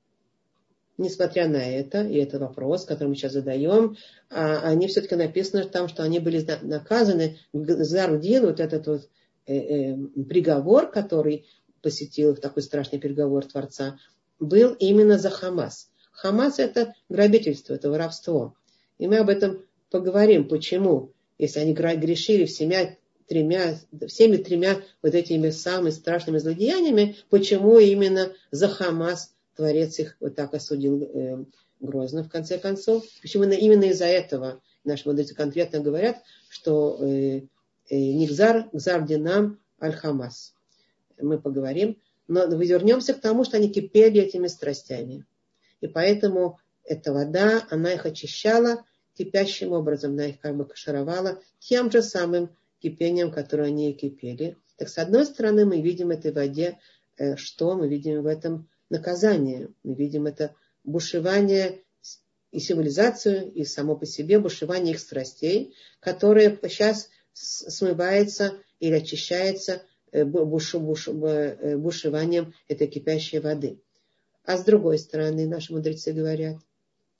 Несмотря на это, и это вопрос, который мы сейчас задаем, а они все-таки написано там, что они были наказаны, Гзар-дин, вот этот вот э, э, приговор, который посетил их, такой страшный приговор Творца, был именно за Хамас. Хамас это грабительство, это воровство. И мы об этом поговорим, почему, если они грешили всеми тремя, всеми тремя вот этими самыми страшными злодеяниями, почему именно за Хамас Творец их вот так осудил э, грозно, в конце концов. Почему именно из-за этого наши мудрецы конкретно говорят, что э, э, не гзар, гзар динам аль-Хамас. Мы поговорим. Но вернемся к тому, что они кипели этими страстями. И поэтому эта вода, она их очищала кипящим образом, она их как бы кашировала тем же самым кипением, которое они и кипели. Так с одной стороны мы видим в этой воде, э, что мы видим в этом наказание. Мы видим это бушевание и символизацию, и само по себе бушевание их страстей, которое сейчас смывается или очищается бушу, бушу, бушеванием этой кипящей воды. А с другой стороны, наши мудрецы говорят,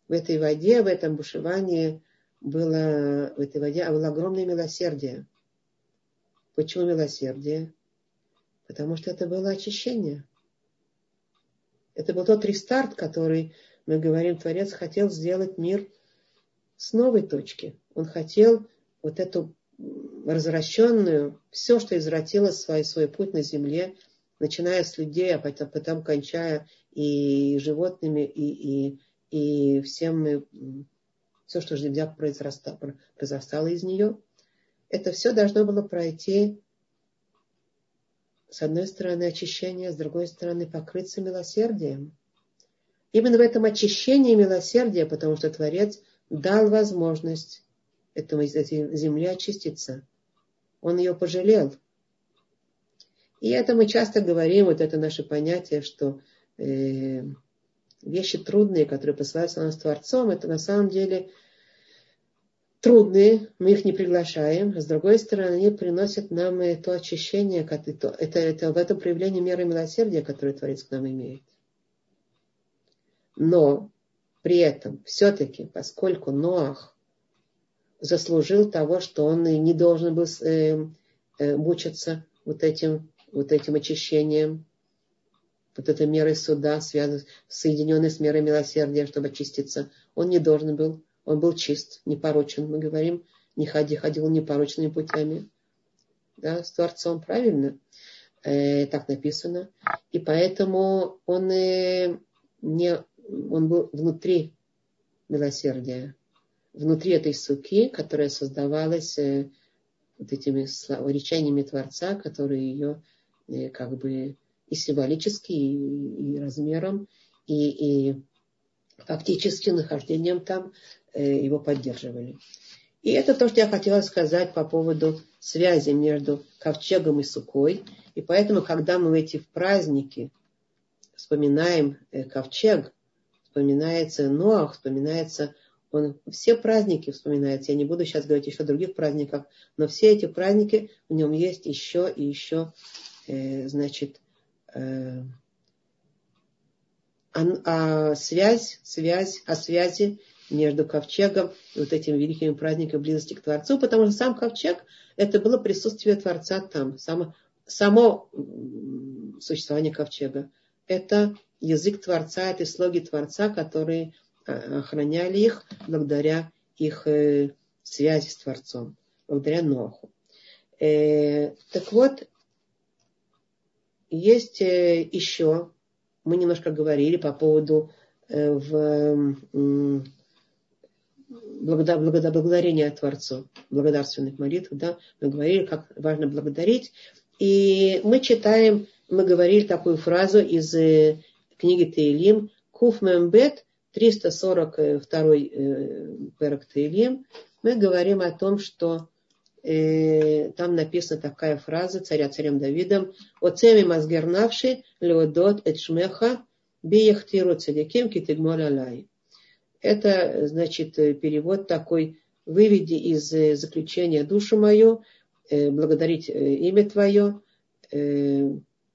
в этой воде, в этом бушевании было, в этой воде было огромное милосердие. Почему милосердие? Потому что это было очищение. Это был тот рестарт, который, мы говорим, Творец хотел сделать мир с новой точки. Он хотел вот эту развращенную, все, что извратило свой, свой путь на земле, начиная с людей, а потом, потом кончая и животными, и, и, и всем, все, что земля произрастало, произрастало из нее, это все должно было пройти, с одной стороны, очищение, с другой стороны, покрыться милосердием. Именно в этом очищении милосердия, потому что Творец дал возможность этому, этой земле очиститься. Он ее пожалел. И это мы часто говорим, вот это наше понятие, что э, вещи трудные, которые посылаются нам с Творцом, это на самом деле трудные, мы их не приглашаем, а с другой стороны, они приносят нам то очищение, это, это, это в этом проявлении меры милосердия, которое Творец к нам имеет. Но при этом все-таки, поскольку Ноах заслужил того, что он не должен был э, э, мучиться вот этим, вот этим очищением, вот этой мерой суда, связанной, соединенной с мерой милосердия, чтобы очиститься, он не должен был, он был чист, непорочен, мы говорим, не ходи, ходил непорочными путями, да, с Творцом, правильно? Э, так написано. И поэтому он, э, не, он был внутри милосердия, внутри этой суки, которая создавалась э, вот этими речениями Творца, которые ее э, как бы и символически, и, и размером, и, и фактически нахождением там э, его поддерживали. И это то, что я хотела сказать по поводу связи между ковчегом и сукой. И поэтому, когда мы в эти праздники вспоминаем э, ковчег, вспоминается Ноах, вспоминается он, все праздники вспоминаются. Я не буду сейчас говорить еще о других праздниках, но все эти праздники, в нем есть еще и еще, э, значит, э, а, а связь, связь, о связи между ковчегом и вот этими великими праздниками близости к Творцу, потому что сам ковчег, это было присутствие Творца там, само, само существование ковчега. Это язык Творца, это слоги Творца, которые охраняли их благодаря их э, связи с Творцом, благодаря Ноаху. Э, так вот, есть э, еще, мы немножко говорили по поводу э, в, э, благодар, благодар, благодарения Творцу, благодарственных молитв, да, мы говорили, как важно благодарить. И мы читаем, мы говорили такую фразу из э, книги Теилим, Куф Мембет, триста сорок второй э, перек Теилим, мы говорим о том, что э, там написана такая фраза царя царем Давидом: «Оцеми мазгернавши леодот эчмеха биехтиру цадиким китигмоль алай». Это, значит, перевод такой: «Выведи из заключения душу мою, э, благодарить э, имя Твое, э,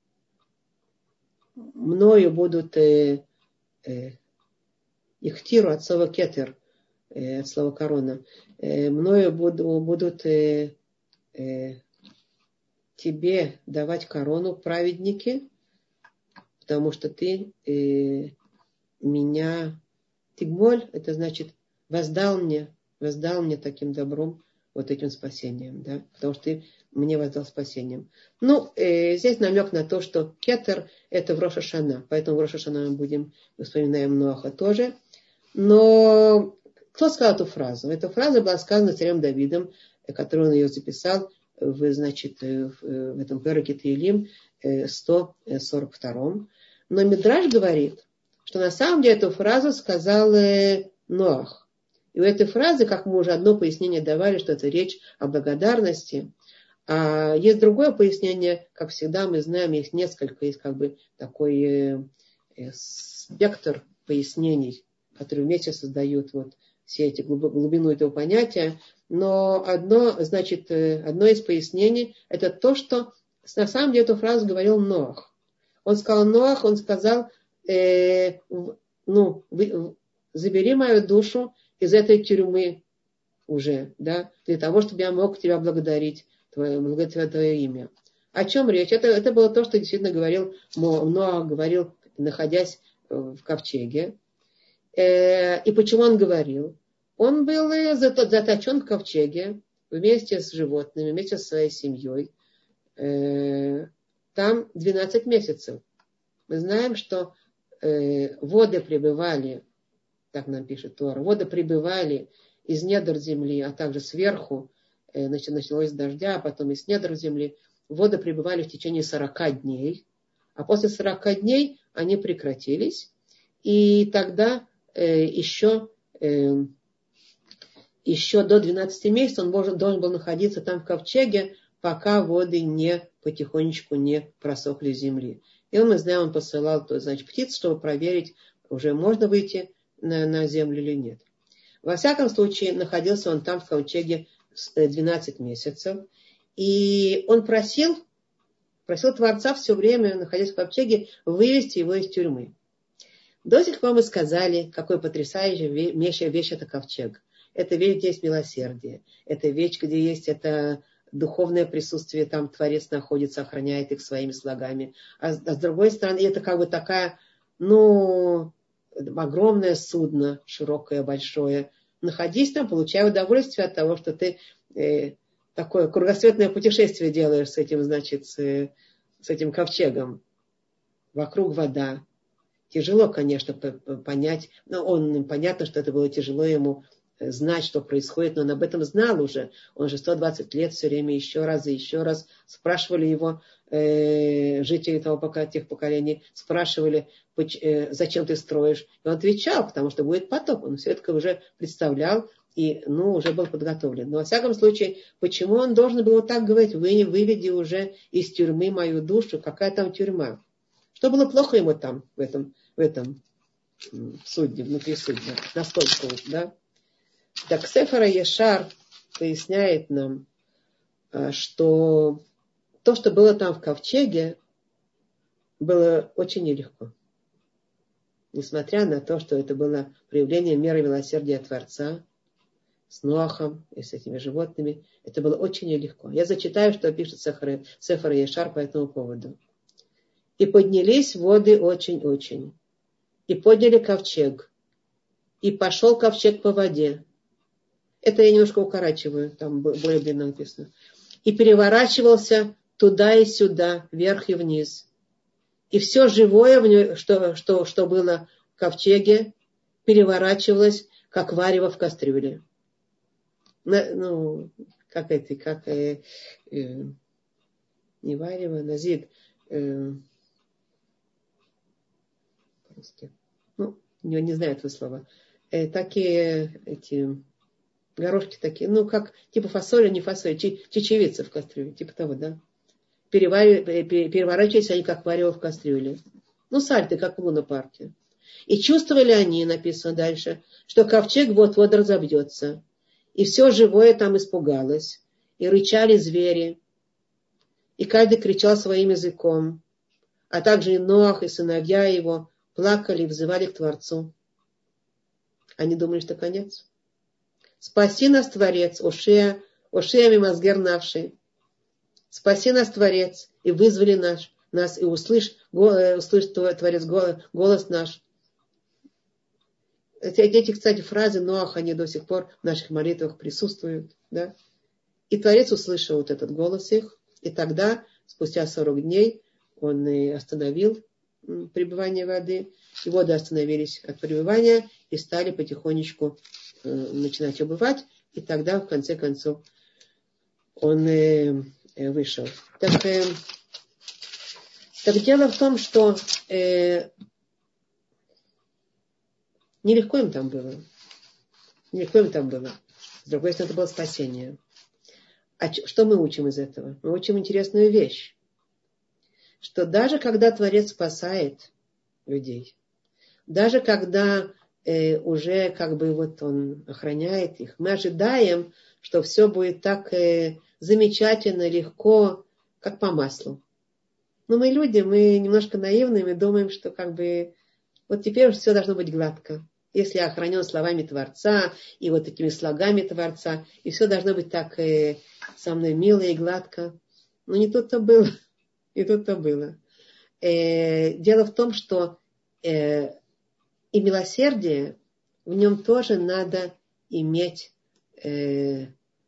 мною будут э, э, ихтиру от слова кетер, э, от слова корона, э, мною буду, будут э, э, тебе давать корону праведники, потому что ты э, меня тигмоль, это значит воздал мне, воздал мне таким добром, вот этим спасением, да, потому что ты мне воздал спасением». Ну, э, здесь намек на то, что кетер это в Рош ха-Шана, поэтому в Рош ха-Шана мы будем, мы вспоминаем Ноаха тоже. Но кто сказал эту фразу? Эта фраза была сказана царем Давидом, который он ее записал в, значит, в, в этом переке Теилим сто сорок втором. Но Мидраш говорит, что на самом деле эту фразу сказал Ноах. И у этой фразы, как мы уже одно пояснение давали, что это речь о благодарности. А есть другое пояснение, как всегда мы знаем, есть несколько, есть как бы такой э, э, спектр пояснений, которые вместе создают вот все эти глубину этого понятия. Но одно, значит, одно из пояснений – это то, что на самом деле эту фразу говорил Ноах. Он сказал Ноах, он сказал, э, ну, вы, забери мою душу из этой тюрьмы уже, да, для того, чтобы я мог тебя благодарить, твое, благодарить твое имя. О чем речь? Это, это было то, что действительно говорил Ноах, говорил, находясь в ковчеге. И почему он говорил? Он был заточен в ковчеге вместе с животными, вместе со своей семьей. Там двенадцать месяцев. Мы знаем, что воды прибывали, так нам пишет Тора, воды прибывали из недр земли, а также сверху, значит, началось с дождя, а потом из недр земли. Воды прибывали в течение сорока дней, а после сорока дней они прекратились. И тогда э, еще, э, еще до двенадцати месяцев он должен, должен был находиться там в ковчеге, пока воды не потихонечку не просохли с земли. И он, мы знаем, он посылал, то, значит, птиц, чтобы проверить, уже можно выйти на, на землю или нет. Во всяком случае, находился он там в ковчеге двенадцать месяцев. И он просил, просил Творца все время, находясь в ковчеге, вывести его из тюрьмы. До сих пор мы сказали, какой потрясающая вещь, вещь это ковчег. Это вещь, где есть милосердие. Это вещь, где есть это духовное присутствие, там Творец находится, охраняет их своими слогами. А, а с другой стороны, это как бы такая, ну, огромное судно, широкое, большое. Находись там, получай удовольствие от того, что ты э, такое кругосветное путешествие делаешь с этим, значит, с, с этим ковчегом. Вокруг вода. Тяжело, конечно, понять. Но он, понятно, что это было тяжело ему знать, что происходит, но он об этом знал уже. Он же сто двадцать лет все время еще раз и еще раз спрашивали его э, жители того пока, тех поколений, спрашивали, э, зачем ты строишь. И он отвечал, потому что будет потоп. Он все это уже представлял и ну, уже был подготовлен. Но во всяком случае, почему он должен был вот так говорить? Вы выведи уже из тюрьмы мою душу. Какая там тюрьма? Что было плохо ему там, в этом, в этом судне, внутри судна? Насколько, да? Так Сефер Ешар поясняет нам, что то, что было там в ковчеге, было очень нелегко. Несмотря на то, что это было проявление меры милосердия Творца с Ноахом и с этими животными, это было очень нелегко. Я зачитаю, что пишет Сефер Ешар по этому поводу. «И поднялись воды очень-очень, и подняли ковчег, и пошел ковчег по воде». Это я немножко укорачиваю, там более длинно написано. «И переворачивался туда и сюда, вверх и вниз. И все живое, что, что, что было в ковчеге, переворачивалось, как варево в кастрюле». Ну, как это, как э, э, не варево, назид. Э, ну, не, не знаю этого слова. Э, такие эти горошки такие, ну, как типа фасоли, не фасоли, чечевица в кастрюле, типа того, да. Переворачивались они, как варево в кастрюле. Ну, сальты, как в лунопарке. И чувствовали они, написано дальше, что ковчег вот-вот разобьется. И все живое там испугалось. И рычали звери. И каждый кричал своим языком. А также и Ноах, и сыновья его плакали и взывали к Творцу. Они думали, что конец. «Спаси нас, Творец, Ошея, Ошея мимазгер навший. Спаси нас, Творец, и вызвали наш, нас, и услышь, услышь Творец, голос наш». Эти, эти, кстати, фразы Ноаха, они до сих пор в наших молитвах присутствуют. Да? И Творец услышал вот этот голос их, и тогда, спустя сорок дней, он и остановил пребывание воды, и воды остановились от пребывания и стали потихонечку э, начинать убывать, и тогда, в конце концов, он э, э, вышел. Так, э, так дело в том, что э, нелегко им там было. Нелегко им там было. С другой стороны, это было спасение. А что мы учим из этого? Мы учим интересную вещь. Что даже когда Творец спасает людей, даже когда э, уже как бы вот он охраняет их, мы ожидаем, что все будет так э, замечательно, легко, как по маслу. Но мы люди, мы немножко наивны, мы думаем, что как бы вот теперь все должно быть гладко. если я охранен словами Творца и вот этими слогами Творца, и все должно быть так э, со мной мило и гладко. Но не тут-то было. Не тут-то было. Э, дело в том, что э, и милосердие, в нем тоже надо иметь э,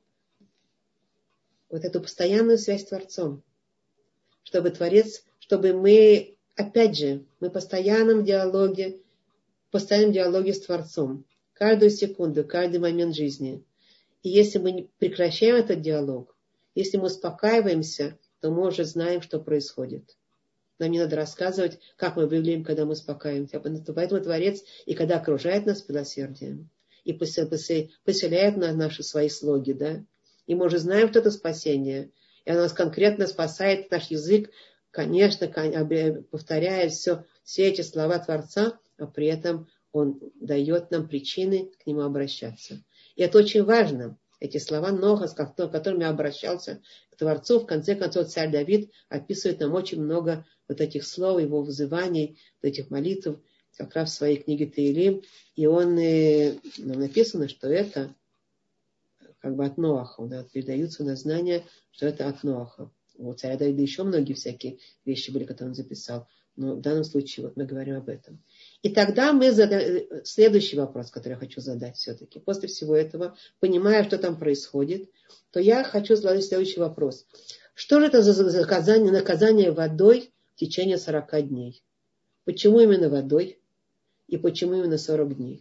вот эту постоянную связь с Творцом. Чтобы Творец, чтобы мы, опять же, мы в постоянном диалоге, в постоянном диалоге с Творцом. Каждую секунду, каждый момент жизни. И если мы прекращаем этот диалог, если мы успокаиваемся, то мы уже знаем, что происходит. Нам не надо рассказывать, как мы выглядим, когда мы успокаиваемся. Поэтому Творец, и когда окружает нас милосердием, и поселяет на наши свои слоги, да, и мы уже знаем, что это спасение, и оно нас конкретно спасает, наш язык, конечно, повторяя все, все эти слова Творца, а при этом он дает нам причины к нему обращаться. И это очень важно. Эти слова Ноха, с которыми я обращался к Творцу, в конце концов царь Давид описывает нам очень много вот этих слов, его вызываний, вот этих молитв, как раз в своей книге Теилим. И он, нам написано, что это как бы от Ноаха, да, передаются на знание, что это от Ноаха. У царя Давида еще многие всякие вещи были, которые он записал. Но в данном случае вот мы говорим об этом. И тогда мы задаем следующий вопрос, который я хочу задать все-таки. После всего этого, понимая, что там происходит, то я хочу задать следующий вопрос. Что же это за наказание, наказание водой в течение сорока дней? Почему именно водой? И почему именно сорок дней?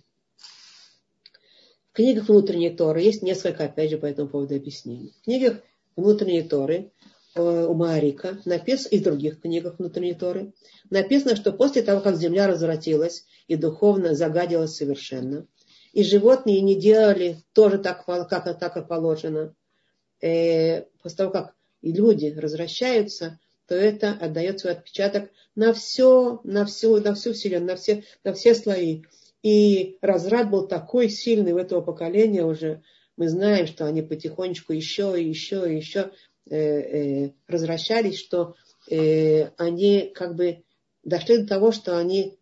В книгах внутренней Торы есть несколько, опять же, по этому поводу объяснений. В книгах внутренней Торы у Маарика, написано, и в других книгах внутренней Торы, написано, что после того, как земля развратилась и духовно загадилась совершенно, и животные не делали тоже так, как, так и положено, э, после того, как и люди развращаются, то это отдает свой отпечаток на все, на всю, на всю вселенную, на все, на все слои. И разврат был такой сильный у этого поколения уже. Мы знаем, что они потихонечку еще и еще и еще э, э, развращались, что э, они как бы дошли до того, что они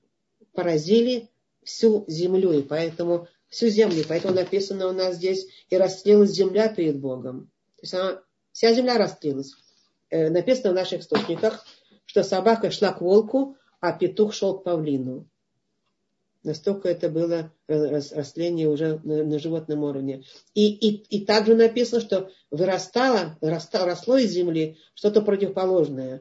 поразили всю землю, и поэтому всю землю, поэтому написано у нас здесь и растлилась земля перед Богом. То есть она, вся земля растлилась. Э, написано в наших источниках, что собака шла к волку, а петух шел к павлину. Настолько это было растление уже на, на животном уровне. И, и, и также написано, что вырастало, вырастало, росло из земли что-то противоположное.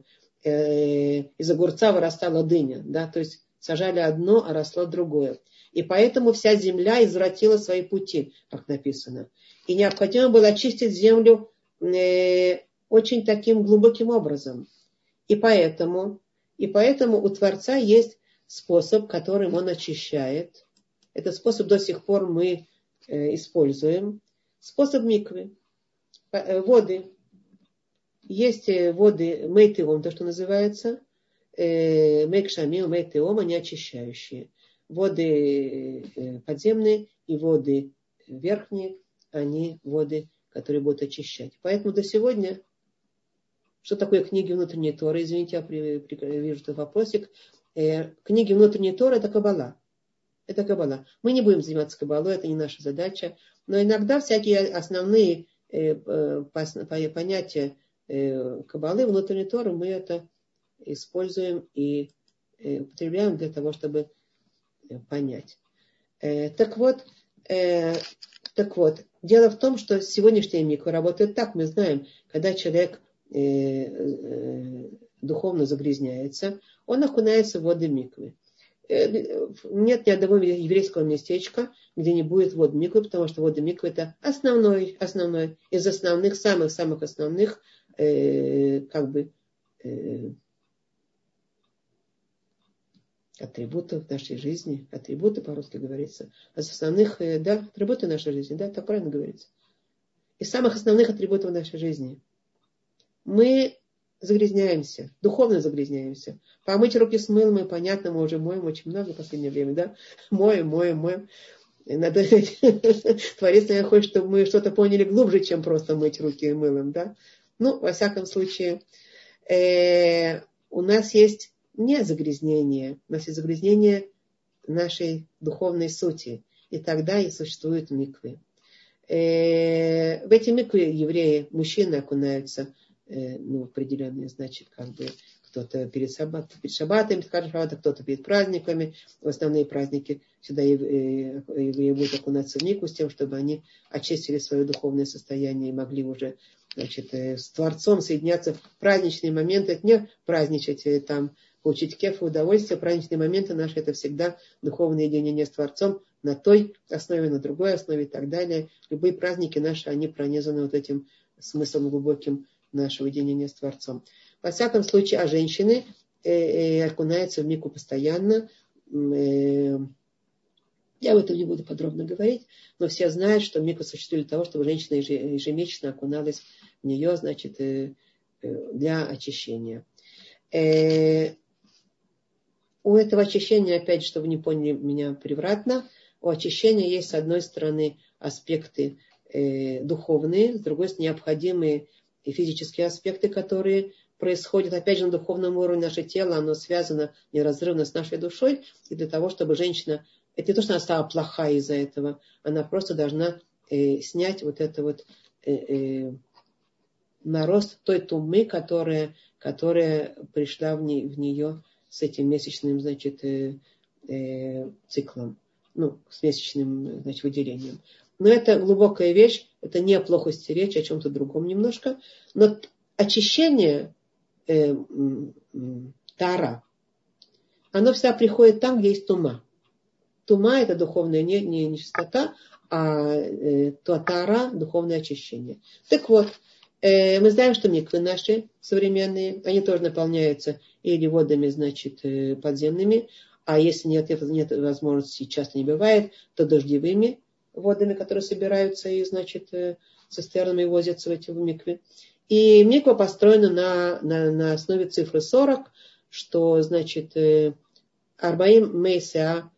Э, из огурца вырастала дыня. Да? То есть сажали одно, а росло другое. И поэтому вся земля извратила свои пути, как написано. И необходимо было очистить землю э, очень таким глубоким образом. И поэтому, и поэтому у Творца есть способ, которым он очищает. Этот способ до сих пор мы э, используем. Способ миквы. Э, воды. Есть воды мейтеом, то, что называется. Э, мейкшамим, мейтеом, они очищающие. Воды э, подземные и воды верхние, они воды, которые будут очищать. Поэтому до сегодня, что такое книги внутренней Торы? Извините, я при, при, вижу этот вопросик. Книги внутренней Торы — это Каббала. Это Каббала. Мы не будем заниматься Каббалой, это не наша задача. Но иногда всякие основные понятия Каббалы, внутренней Торы, мы это используем и употребляем для того, чтобы понять. Так вот, так вот, дело в том, что сегодняшняя миква работает так. Мы знаем, когда человек духовно загрязняется, он окунается в воды миквы. Нет ни одного еврейского местечка, где не будет вод миквы, потому что воды миквы — это основной, основной, из основных, самых-самых основных э, как бы э, атрибутов нашей жизни. Атрибуты, по-русски говорится. Из основных, э, да, атрибуты нашей жизни, да, так правильно говорится. Из самых основных атрибутов нашей жизни. Мы загрязняемся, духовно загрязняемся. Помыть руки с мылом, и понятно, мы уже моем очень много в последнее время, да? Моем, моем, моем. Надо... Творец, наверное, хочет, чтобы мы что-то поняли глубже, чем просто мыть руки мылом, да? Ну, во всяком случае, э, у нас есть не загрязнение, у нас есть загрязнение нашей духовной сути. И тогда и существуют миквы. Э, в эти миквы евреи, мужчины окунаются э, ну, определенные, значит, как бы кто-то перед, шаббат, перед шаббатами, кто-то перед праздниками. В основные праздники сюда евреи, евреи будут окунаться в микву с тем, чтобы они очистили свое духовное состояние и могли уже, значит, с Творцом соединяться в праздничные моменты. Это не праздничать, там, получить кеф и удовольствие. Праздничные моменты наши — это всегда духовное единение с Творцом на той основе, на другой основе и так далее. Любые праздники наши, они пронизаны вот этим смыслом глубоким нашего единения с Творцом. Во всяком случае, а женщины э, э, окунаются в микву постоянно. Э, я об этом не буду подробно говорить, но все знают, что миква существует для того, чтобы женщина ежемесячно окуналась в нее, значит, э, э, для очищения. Э, у этого очищения, опять же, чтобы не поняли меня превратно, у очищения есть, с одной стороны, аспекты э, духовные, с другой стороны, необходимые и физические аспекты, которые происходят, опять же, на духовном уровне. Наше тело, оно связано неразрывно с нашей душой, и для того, чтобы женщина, это не то, что она стала плохая из-за этого, она просто должна э, снять вот это вот э, э, нарост той тумы, которая, которая пришла в, не, в нее с этим месячным, значит, э, э, циклом, ну, с месячным, значит, выделением. Но это глубокая вещь, это не о плохости речи, о чем-то другом немножко, но очищение э, тара, оно всегда приходит там, где есть тума. Тума — это духовная не, не, не чистота, а э, тара — духовное очищение. Так вот, э, мы знаем, что миквы наши современные, они тоже наполняются или водами, значит, э, подземными, а если нет, нет возможности, часто не бывает, то дождевыми водами, которые собираются и, значит, э, цистернами возятся в эти миквы. И миква построена на, на, на основе цифры сорок, что, значит, э, арбаим мейсеа,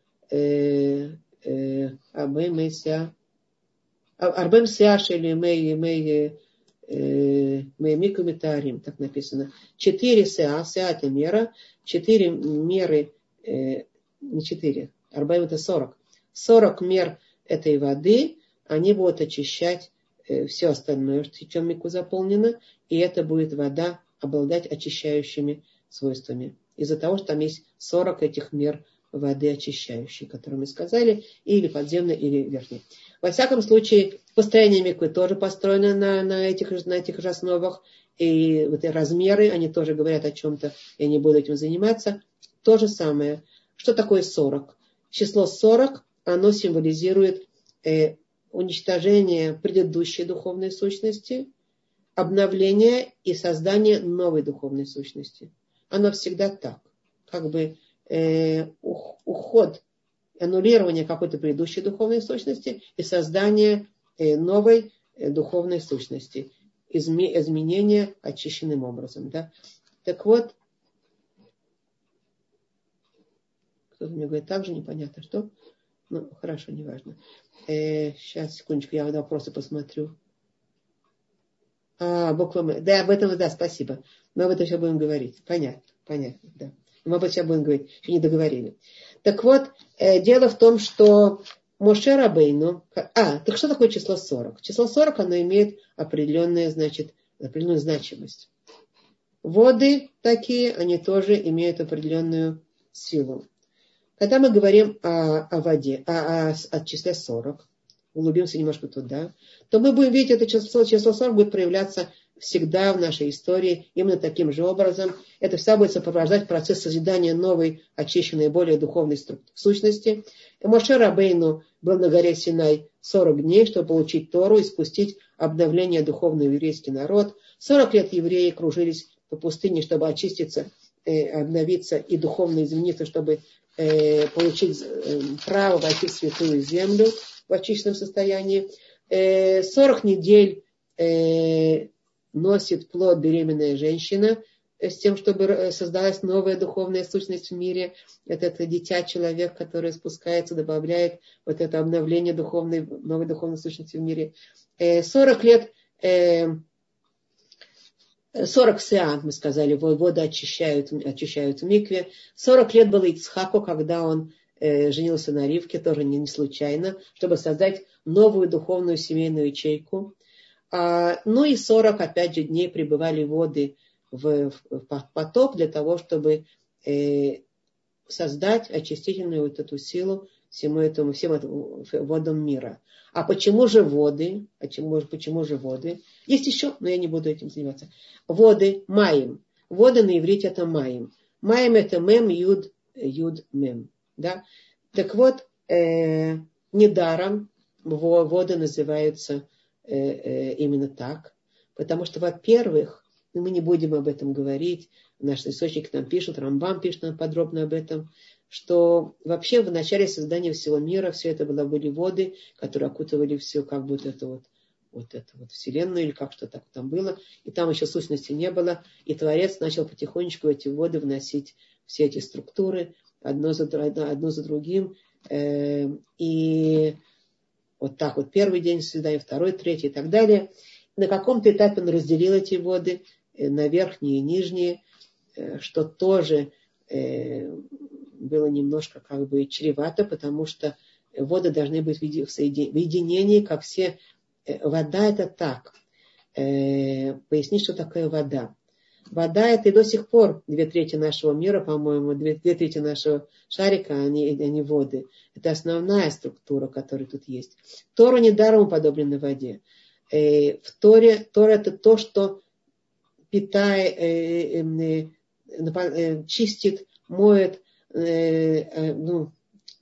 арбаим мейсеа, арбаим сеаш или мей, мей, мей миквы метарим, так написано. Четыре сеа, сеа это мера, четыре меры, э, не четыре, арбаим это сорок. Сорок мер этой воды, они будут очищать все остальное, чем миква заполнено, и это будет вода обладать очищающими свойствами. Из-за того, что там есть сорок этих мер воды очищающей, которые мы сказали, или подземной, или верхней. Во всяком случае, построение миквы тоже построено на, на, этих, на этих же основах, и вот эти размеры, они тоже говорят о чем-то, я не буду этим заниматься. То же самое. Что такое сорок? Число сорок, оно символизирует э, уничтожение предыдущей духовной сущности, обновление и создание новой духовной сущности. Оно всегда так. Как бы э, уход, аннулирование какой-то предыдущей духовной сущности и создание э, новой э, духовной сущности. Изме, изменение очищенным образом. Да? Так вот, кто-то мне говорит, так же непонятно, что? Ну, хорошо, неважно. Э, сейчас, секундочку, я на вопросы посмотрю. А, буква М. Да, об этом, да, спасибо. Мы об этом сейчас будем говорить. Понятно, понятно, да. Мы об этом сейчас будем говорить. Еще не договорили. Так вот, э, дело в том, что Моше Рабейну... А, так что такое число сорок? Число сорок, оно имеет определенную, значит, определенную значимость. Воды такие, они тоже имеют определенную силу. Когда мы говорим о, о воде, о, о, о числе сорок, углубимся немножко туда, то мы будем видеть, это число, число сорок будет проявляться всегда в нашей истории именно таким же образом. Это всегда будет сопровождать процесс созидания новой, очищенной, более духовной сущности. И Моше Рабейну был на горе Синай сорок дней, чтобы получить Тору и спустить обновление духовного еврейский народ. сорок лет евреи кружились по пустыне, чтобы очиститься, э, обновиться и духовно измениться, чтобы э, получить э, право войти в святую землю в очищенном состоянии. Э, сорок недель э, носит плод беременная женщина с тем, чтобы создалась новая духовная сущность в мире. Это, это дитя, человек, который спускается, добавляет вот это обновление духовной, новой духовной сущности в мире. сорок лет, сорок сеан, мы сказали, воды очищают, очищают в микве. сорок лет было Ицхаку, когда он э, женился на Ривке, тоже не, не случайно, чтобы создать новую духовную семейную ячейку. А, ну и сорок, опять же, дней пребывали воды в, в потоп для того, чтобы э, создать очистительную вот эту силу всему этому, всем этому водам мира. А почему же воды? Почему, почему же воды? Есть еще, но я не буду этим заниматься. Воды, маим. Воды на иврите это маим. Маим это мем, юд, юд, мем. Да? Так вот, э, недаром воды называются э, э, именно так. Потому что, во-первых, мы не будем об этом говорить, наш источник нам пишет, Рамбам пишет нам подробно об этом, что вообще в начале создания всего мира все это было, были воды, которые окутывали все, как будто это вот, вот эту вот вселенную, или как что так там было, и там еще сущности не было, и Творец начал потихонечку в эти воды вносить все эти структуры, одно за, одно за другим, э, и вот так вот первый день создания, второй, третий и так далее. На каком-то этапе он разделил эти воды на верхние и нижние, что тоже было немножко как бы чревато, потому что воды должны быть в единении, как все. Вода это так. Пояснить, что такое вода. Вода это и до сих пор две трети нашего мира, по-моему, две, две трети нашего шарика, они, они воды. Это основная структура, которая тут есть. Тора недаром уподоблена воде. В Торе, Тора это то, что питает, чистит, моет, ну,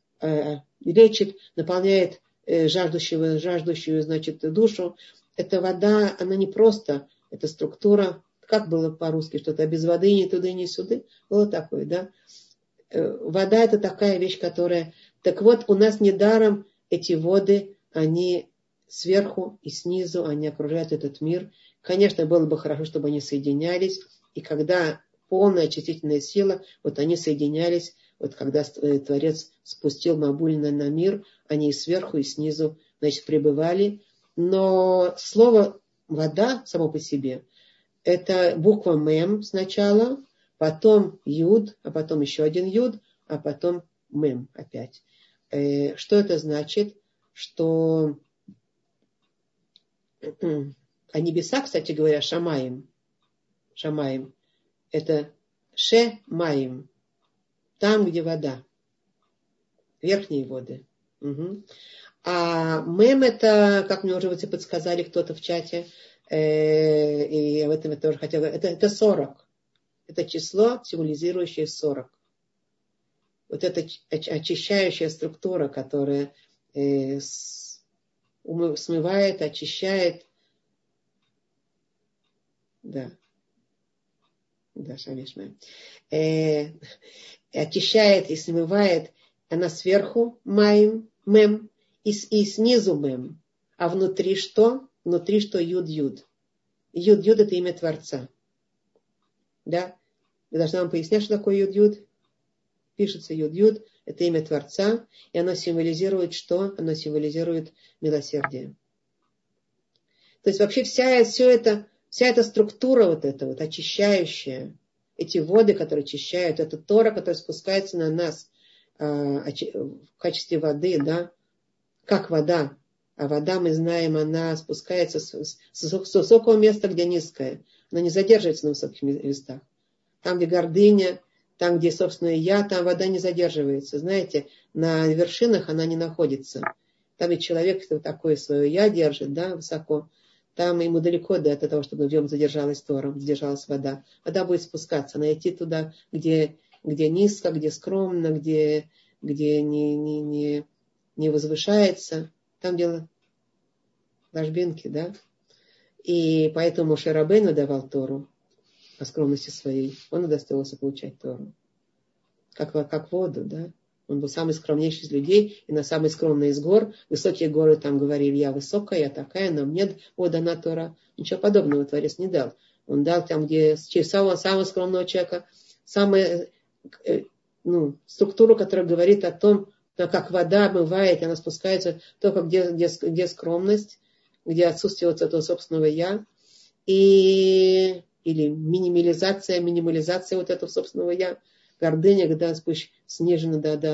лечит, наполняет жаждущего, жаждущую, значит, душу. Эта вода, она не просто, это структура, как было по-русски, что-то без воды ни туда, ни сюда. Было такое, да? Вода это такая вещь, которая... Так вот, у нас недаром эти воды, они сверху и снизу, они окружают этот мир. Конечно, было бы хорошо, чтобы они соединялись. И когда полная очистительная сила, вот они соединялись, вот когда Творец спустил Мабуль на, на мир, они и сверху, и снизу, значит, пребывали. Но слово вода само по себе, это буква мем сначала, потом юд, а потом еще один юд, а потом мем опять. Что это значит? Что а небеса, кстати говоря, шамаим, шамаим, это ше-маим, там, где вода, верхние воды. Угу. А мем это, как мне уже вот подсказали кто-то в чате, э, и об этом я тоже хотела, это, это сорок. Это число, символизирующее сорок. Вот эта очищающая структура, которая э, с, смывает, очищает. Да. Да, шамишмэ. Э, очищает и смывает, она сверху маим, мем, и, и снизу мем. А внутри что? Внутри что? Юд-юд. Юд-юд это имя Творца. Да? Я должна вам пояснять, что такое юд-юд. Пишется юд-юд, это имя Творца, и оно символизирует что? Оно символизирует милосердие. То есть вообще вся, все это, вся эта структура вот эта вот очищающая, эти воды, которые очищают, это Тора, которая спускается на нас э, в качестве воды, да, как вода. А вода, мы знаем, она спускается с, с, с высокого места, где низкое. Она не задерживается на высоких местах. Там, где гордыня, там, где, собственно, я, там вода не задерживается. Знаете, на вершинах она не находится. Там и человек такое свое я держит, да, высоко. Там ему далеко до того, чтобы в нем задержалась Тора, задержалась вода. Вода будет спускаться, она идти туда, где, где низко, где скромно, где, где не, не, не, не возвышается. Там, где ложбинки, да. И поэтому Моше Рабейну давал Тору по скромности своей. Он удостоился получать Тору. Как, как воду, да. Он был самый скромнейший из людей и на самый скромный из гор. Высокие горы там говорили, я высокая, я такая, но мне вот дана Тора. Ничего подобного Творец не дал. Он дал там, где через самого, самого скромного человека, самую ну, структуру, которая говорит о том, как вода омывает, она спускается только где, где, где скромность, где отсутствие вот этого собственного я. И, или минимализация, минимализация вот этого собственного я. Гордыня, когда снижена до, до,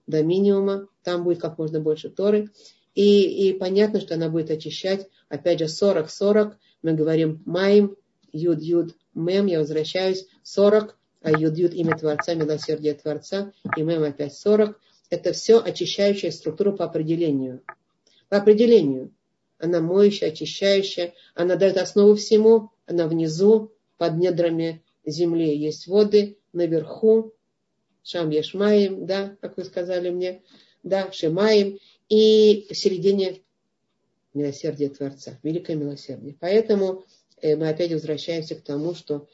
до минимума. Там будет как можно больше Торы. И, и понятно, что она будет очищать. Опять же, сорок сорок. Мы говорим Маим, Юд, Юд, Мем. Я возвращаюсь. сорок. А Юд, Юд, имя Творца, милосердие Творца. И Мем опять сорок. Это все очищающая структура по определению. По определению. Она моющая, очищающая. Она дает основу всему. Она внизу, под недрами земли есть воды. Наверху. Шам Ешмаим, да, как вы сказали мне. Да, Шемаим. И в середине милосердие Творца. Великое милосердие. Поэтому э, мы опять возвращаемся к тому, что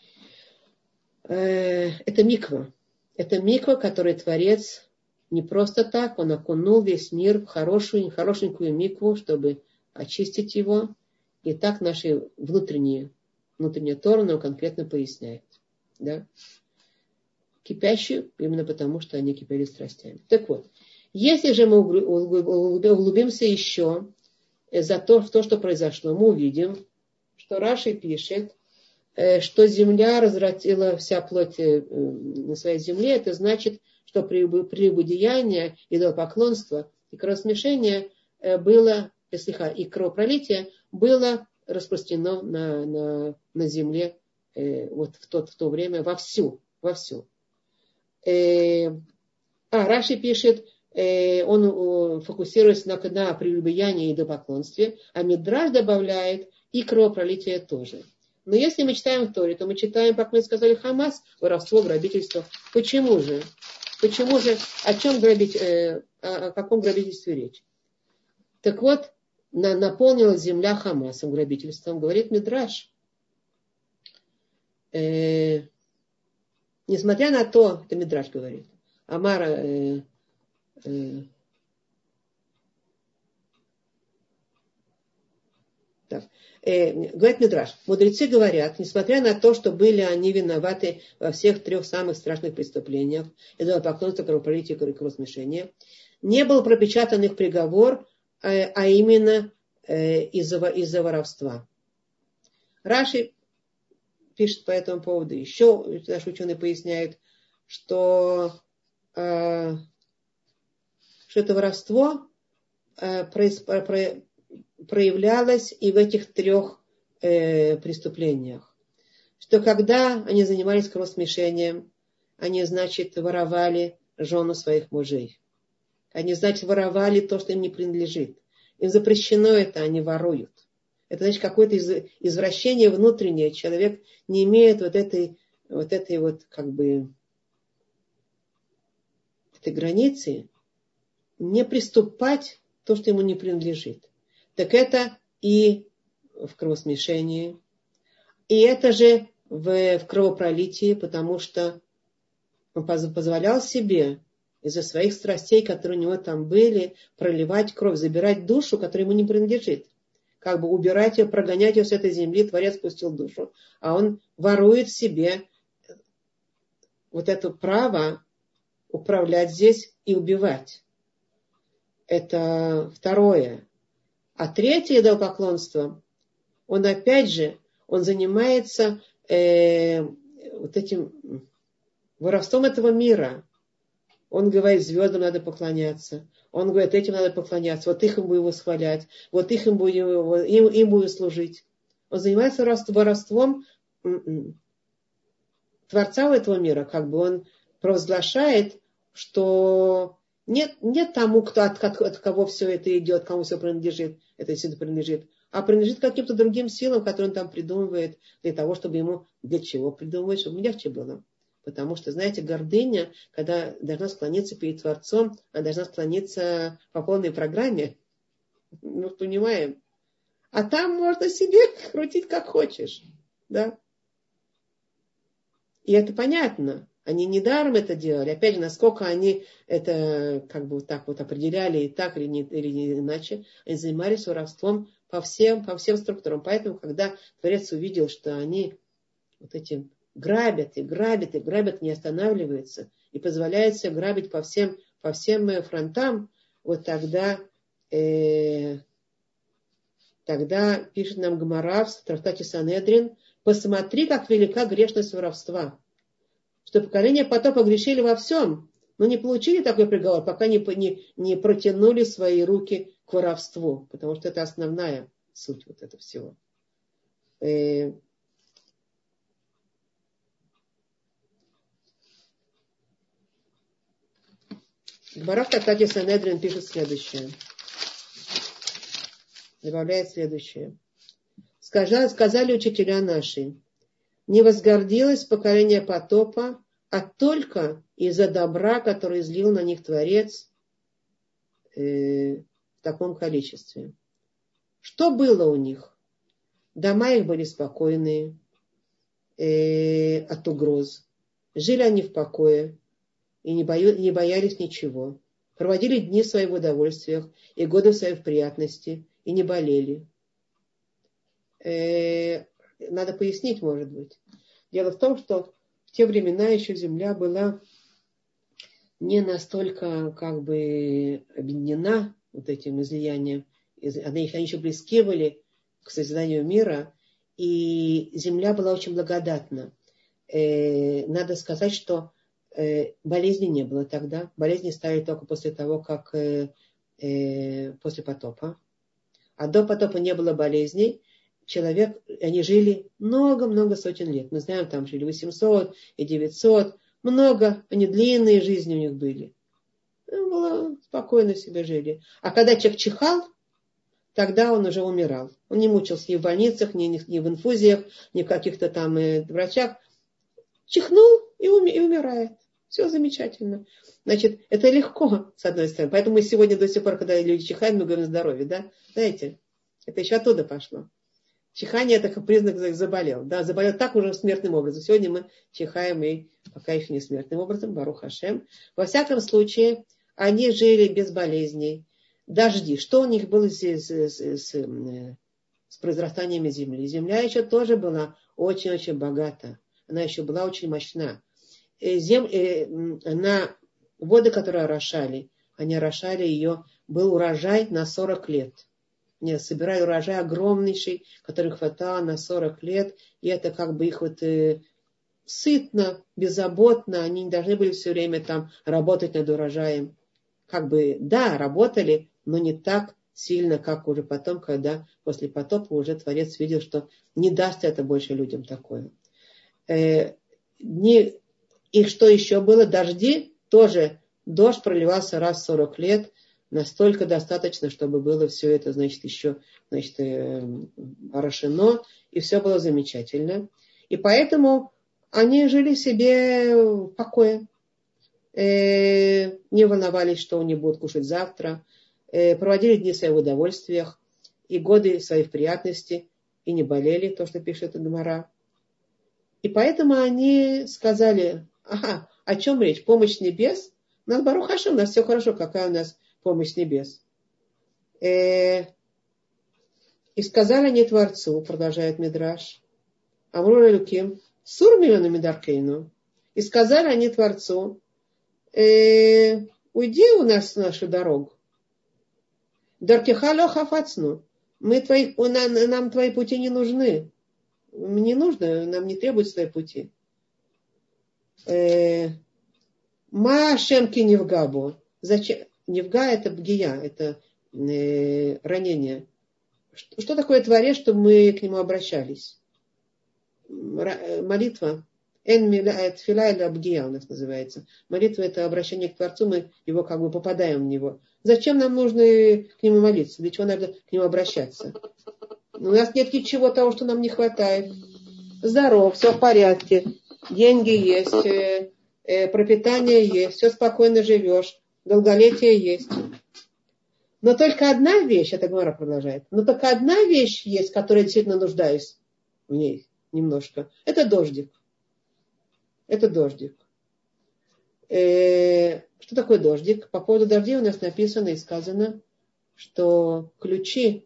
э, это миква. Это миква, который Творец не просто так, он окунул весь мир в хорошую, хорошенькую микву, чтобы очистить его. И так наши внутренние, внутренние Торы нам конкретно поясняет. Да? Кипящую, именно потому, что они кипели страстями. Так вот, если же мы углубимся еще за то, в то, что произошло, мы увидим, что Раши пишет, что земля развратила вся плоть на своей земле. Это значит, что прелюбодеяние, идолопоклонство и кровосмешение было, слегка, и кровопролитие было распространено на, на, на земле вот в, тот, в то время вовсю. вовсю. А Раши пишет, он фокусируется на, на прелюбодеянии и идолопоклонстве, а Мидраш добавляет и кровопролитие тоже. Но если мы читаем в Торе, то мы читаем, как мы сказали, Хамас, воровство, грабительство. Почему же? Почему же? О чем грабить, э, о каком грабительстве речь? Так вот, на, наполнила земля Хамасом, грабительством, говорит Мидраш. Э, несмотря на то, это Мидраш говорит, Амара, э, э, так, э, говорит Мидраш, мудрецы говорят, несмотря на то, что были они виноваты во всех трех самых страшных преступлениях, идолопоклонство, кровопролитие и кровосмешение, не был пропечатан их приговор, э, а именно э, из-за, из-за воровства. Раши пишет по этому поводу еще, наши ученые поясняют, что, э, что это воровство э, проис, про, проявлялось и в этих трех э, преступлениях. Что когда они занимались кровосмешением, они, значит, воровали жену своих мужей. Они, значит, воровали то, что им не принадлежит. Им запрещено это, они воруют. Это, значит, какое-то извращение внутреннее. Человек не имеет вот этой, вот этой вот, как бы, этой границы, не приступать то, что ему не принадлежит. Так это и в кровосмешении, и это же в, в кровопролитии, потому что он позволял себе из-за своих страстей, которые у него там были, проливать кровь, забирать душу, которая ему не принадлежит. Как бы убирать ее, прогонять ее с этой земли, Творец спустил душу, а он ворует себе вот это право управлять здесь и убивать. Это второе. А третье идолопоклонство, он опять же, он занимается э, вот этим воровством этого мира. Он говорит, звездам надо поклоняться. Он говорит, этим надо поклоняться. Вот их им будем восхвалять. Вот их им будем, им, им будем служить. Он занимается воровством Творца этого мира. Как бы он провозглашает, что нет, нет тому, кто, от, от, от кого все это идет, кому все принадлежит. Это все это принадлежит. А принадлежит каким-то другим силам, которые он там придумывает для того, чтобы ему для чего придумывать, чтобы легче было. Потому что, знаете, гордыня, когда должна склониться перед Творцом, она должна склониться по полной программе. Мы понимаем. А там можно себе крутить как хочешь. Да? И это понятно. Они недаром это делали. Опять же, насколько они это как бы вот так вот определяли, и так или не, или не иначе, они занимались воровством по всем, по всем структурам. Поэтому, когда Творец увидел, что они вот этим грабят и грабят и грабят, не останавливаются и позволяют себе грабить по всем, по всем фронтам, вот тогда, э, тогда пишет нам Гемара в трактате Санедрин, посмотри, как велика грешность воровства. Что поколение потопа грешили во всем. Но не получили такой приговор, пока не, не, не протянули свои руки к воровству. Потому что это основная суть вот этого всего. Э, Барах Татати Санедрин пишет следующее. Добавляет следующее. Сказали, сказали учителя наши, не возгордилось поколение потопа, а только из-за добра, который излил на них Творец э, в таком количестве. Что было у них? Дома их были спокойные э, от угроз. Жили они в покое и не, бою, не боялись ничего. Проводили дни в своих удовольствиях и годы в своих приятности и не болели. Э, надо пояснить, может быть. Дело в том, что в те времена еще земля была не настолько как бы объединена вот этим излиянием. Они еще близки были к созданию мира, и земля была очень благодатна. Э, надо сказать, что э, болезни не было тогда. Болезни стали только после того, как э, э, после потопа. А до потопа не было болезней. Человек, они жили много-много сотен лет. Мы знаем, там жили восемьсот и девятьсот. Много, они длинные жизни у них были. Ну, было, спокойно себе жили. А когда человек чихал, тогда он уже умирал. Он не мучился ни в больницах, ни, ни в инфузиях, ни в каких-то там э, врачах. Чихнул и, уми, и умирает. Все замечательно. Значит, это легко, с одной стороны. Поэтому мы сегодня до сих пор, когда люди чихают, мы говорим здоровье, да? Знаете, это еще оттуда пошло. Чихание это как признак заболел. Да, заболел так уже смертным образом. Сегодня мы чихаем и пока еще не смертным образом. Барух Хашем. Во всяком случае, они жили без болезней. Дожди. Что у них было с, с, с, с, с произрастаниями земли? Земля еще тоже была очень-очень богата. Она еще была очень мощна. Зем, на воды, которые орошали, они орошали ее, был урожай на сорок лет. Нет, собирали урожай огромнейший, который хватало на сорок лет. И это как бы их вот э, сытно, беззаботно. Они не должны были все время там работать над урожаем. Как бы, да, работали, но не так сильно, как уже потом, когда после потопа уже Творец видел, что не даст это больше людям такое. Э, не, и что еще было? Дожди тоже. Дождь проливался раз в сорок лет. Настолько достаточно, чтобы было все это, значит, еще, значит, э, орошено, и все было замечательно. И поэтому они жили себе в покое, э, не волновались, что они будут кушать завтра, э, проводили дни в своих удовольствиях и годы своих приятностей, и не болели, то, что пишет Гемара. И поэтому они сказали, ага, о чем речь? Помощь небес? У нас Барух Хашем, у нас все хорошо, какая у нас помощь небес. Э, и сказали они Творцу, продолжает Мидраш, Амрур Элуким, Сур миллиону Мидаркейну. И сказали они Творцу, э, уйди у нас с нашу дорогу. Даркеха ло хафацну. Мы твои, нам, нам твои пути не нужны. Не нужно, нам не требуются твои пути. Э, Ма шемки невгабу. Зачем? Невга это бгия, это э, ранение. Что, что такое Творец, чтобы мы к нему обращались? Молитва. Тфила или бгия у нас называется. Молитва это обращение к Творцу, мы его как бы попадаем в него. Зачем нам нужно к нему молиться? Для чего надо к нему обращаться? У нас нет ничего того, что нам не хватает. Здоров, все в порядке. Деньги есть, э, э, пропитание есть, все спокойно живешь. Долголетие есть. Но только одна вещь, это Гемара продолжает, но только одна вещь есть, в которой я действительно нуждаюсь в ней немножко. Это дождик. Это дождик. Э, что такое дождик? По поводу дождей у нас написано и сказано, что ключи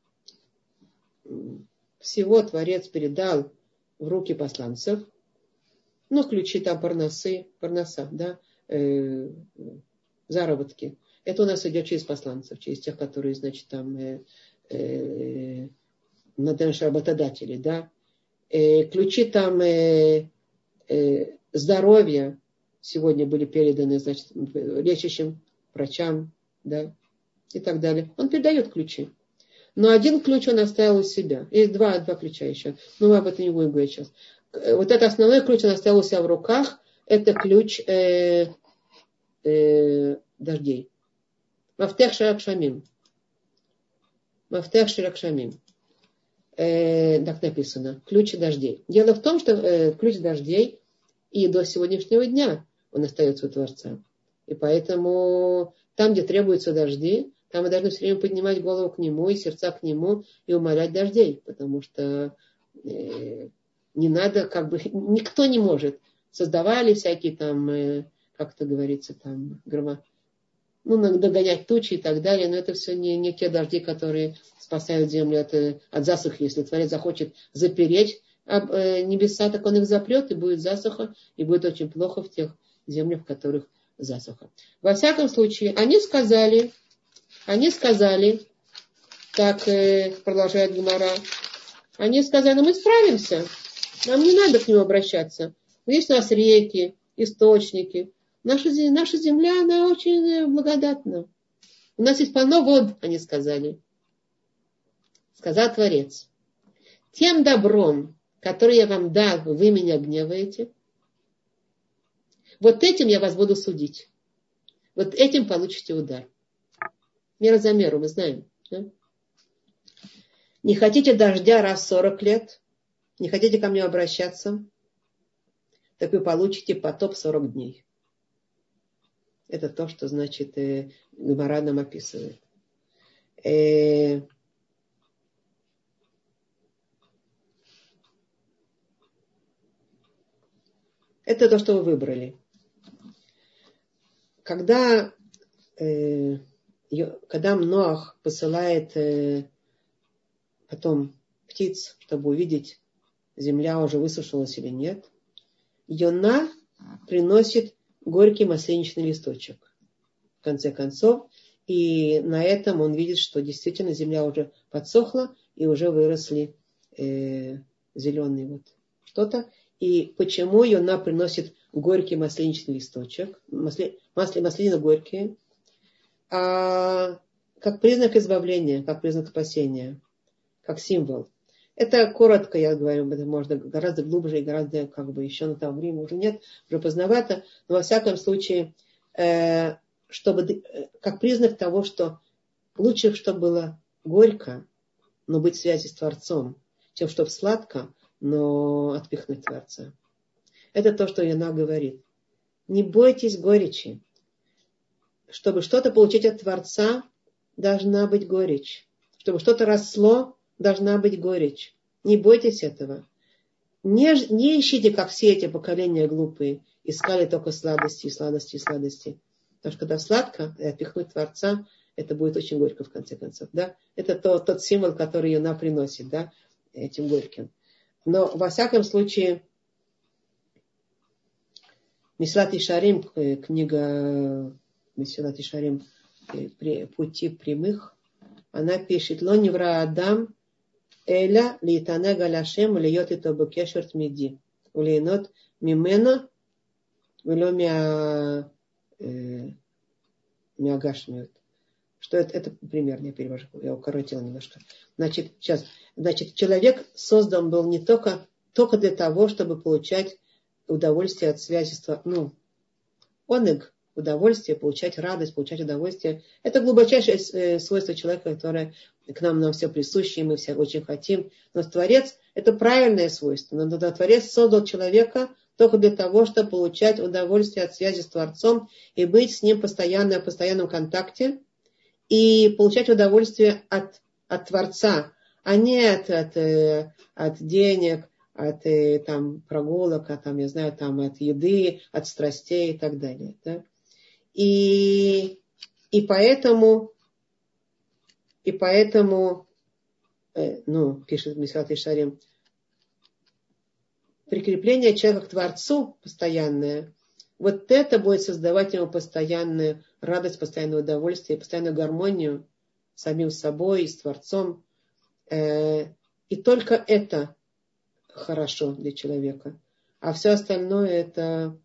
всего Творец передал в руки посланцев. Ну, ключи там парносы, парноса, да, э, заработки. Это у нас идет через посланцев, через тех, которые, значит, там э, э, наши работодатели, да. Э, ключи там э, э, здоровья сегодня были переданы, значит, лечащим врачам, да, и так далее. Он передает ключи. Но один ключ он оставил у себя. Есть два, два ключа еще. Но мы об этом не будем говорить сейчас. Вот этот основной ключ он оставил у себя в руках. Это ключ э, э, дождей. Мафтех Ширак Шамим. Мафтех Ширак Шамим. Э, так написано. Ключ дождей. Дело в том, что э, ключ дождей и до сегодняшнего дня он остается у Творца. И поэтому там, где требуются дожди, там мы должны все время поднимать голову к Нему и сердца к Нему и умолять дождей. Потому что э, не надо, как бы, никто не может. Создавали всякие там, э, как это говорится, там, грома, ну, догонять тучи и так далее. Но это все не, не те дожди, которые спасают землю от, от засухи. Если Творец захочет запереть об, э, небеса, так он их запрет, и будет засуха, и будет очень плохо в тех землях, в которых засуха. Во всяком случае, они сказали, они сказали, так э, продолжает Гемара, они сказали, ну мы справимся, нам не надо к нему обращаться. Есть у нас реки, источники. Наша, наша земля, она очень благодатна. У нас есть полно вод, они сказали. Сказал Творец. Тем добром, который я вам дал, вы меня гневаете, вот этим я вас буду судить. Вот этим получите удар. Мера за меру, мы знаем. Да? Не хотите дождя раз в сорок лет? Не хотите ко мне обращаться? Так вы получите потоп сорок дней. Это то, что, значит, э, Гемара нам описывает. Э, это то, что вы выбрали. Когда, э, когда Ноах посылает э, потом птиц, чтобы увидеть, земля уже высушилась или нет, Йона приносит горький масленичный листочек. В конце концов, и на этом он видит, что действительно земля уже подсохла и уже выросли э, зеленые вот что-то. И почему Йона приносит горький масленичный листочек, масле, масле, маслины горькие, а, как признак избавления, как признак спасения, как символ. Это коротко, я говорю, это можно гораздо глубже и гораздо, как бы, еще на том времени уже нет, уже поздновато, но во всяком случае, э, чтобы, как признак того, что лучше, чтобы было горько, но быть в связи с Творцом, чем чтобы сладко, но отпихнуть Творца. Это то, что Йона говорит. Не бойтесь горечи. Чтобы что-то получить от Творца, должна быть горечь. Чтобы что-то росло, должна быть горечь. Не бойтесь этого. Не, не ищите, как все эти поколения глупые, искали только сладости, сладости, сладости. Потому что когда сладко, и отпихнуть Творца, это будет очень горько в конце концов. Да? Это то, тот символ, который Йона приносит, да? Этим горьким. Но во всяком случае, Месилат Йешарим, книга Месилат Йешарим «Пути прямых», она пишет: «Ло невра Адам эля литанега ляшем льет ито бекешер тмиди улейнот мимено вело мя мягашмиот». Что это, это пример, я перевожу, я укоротила немножко. Значит, сейчас, значит, человек создан был не только, только для того, чтобы получать удовольствие от связи с Творцом. Ну, онег, удовольствие, получать радость, получать удовольствие. Это глубочайшее свойство человека, которое к нам, нам все присуще, и мы все очень хотим. Но Творец – это правильное свойство. Но Творец создал человека только для того, чтобы получать удовольствие от связи с Творцом и быть с ним постоянно, в постоянном контакте и получать удовольствие от, от Творца, а не от, от, от денег, от там, прогулок, от, там, я знаю, там, от еды, от страстей и так далее. Да? И, и поэтому, и поэтому э, ну, пишет Месилат Йешарим, прикрепление человека к Творцу постоянное, вот это будет создавать ему постоянную радость, постоянное удовольствие, постоянную гармонию с самим собой и с Творцом. Э, и только это хорошо для человека. А все остальное это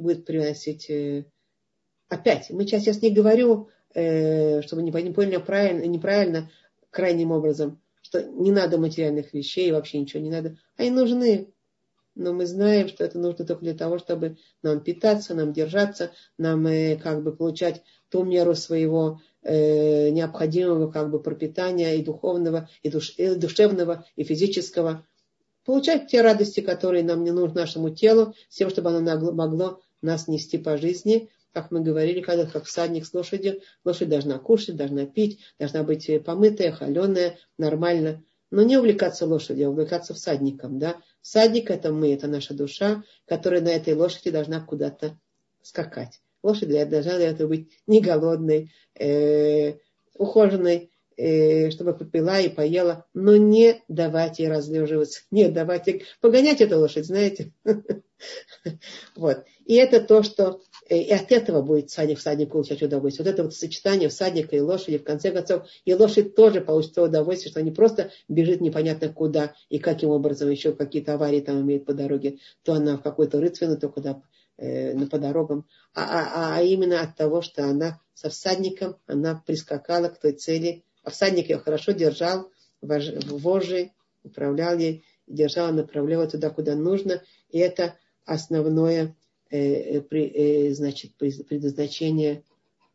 будет приносить... Э, опять, мы сейчас, сейчас не говорю, э, чтобы не поняли правильно, неправильно, крайним образом, что не надо материальных вещей, вообще ничего не надо. Они нужны. Но мы знаем, что это нужно только для того, чтобы нам питаться, нам держаться, нам э, как бы получать ту меру своего э, необходимого как бы пропитания и духовного, и, душ, и душевного, и физического. Получать те радости, которые нам не нужны нашему телу, с тем, чтобы оно могло нас нести по жизни. Как мы говорили, когда как всадник с лошадью, лошадь должна кушать, должна пить, должна быть помытая, холеная, нормально. Но не увлекаться лошадью, а увлекаться всадником. Да? Всадник — это мы, это наша душа, которая на этой лошади должна куда-то скакать. Лошадь должна для этого быть не голодной, э, ухоженной, э, чтобы попила и поела, но не давать ей разлеживаться, не давать ей погонять эту лошадь, знаете. Вот. И это то, что и от этого будет всадник, всадник получать удовольствие. Вот это вот сочетание всадника и лошади, в конце концов, и лошадь тоже получит удовольствие, что не просто бежит непонятно куда и каким образом, еще какие-то аварии там имеет по дороге, то она в какой-то рытвину, то куда э, по дорогам, а, а, а именно от того, что она со всадником, она прискакала к той цели, а всадник ее хорошо держал, вожжи, управлял ей, держал, направлял туда, куда нужно, и это основное значит, предназначение,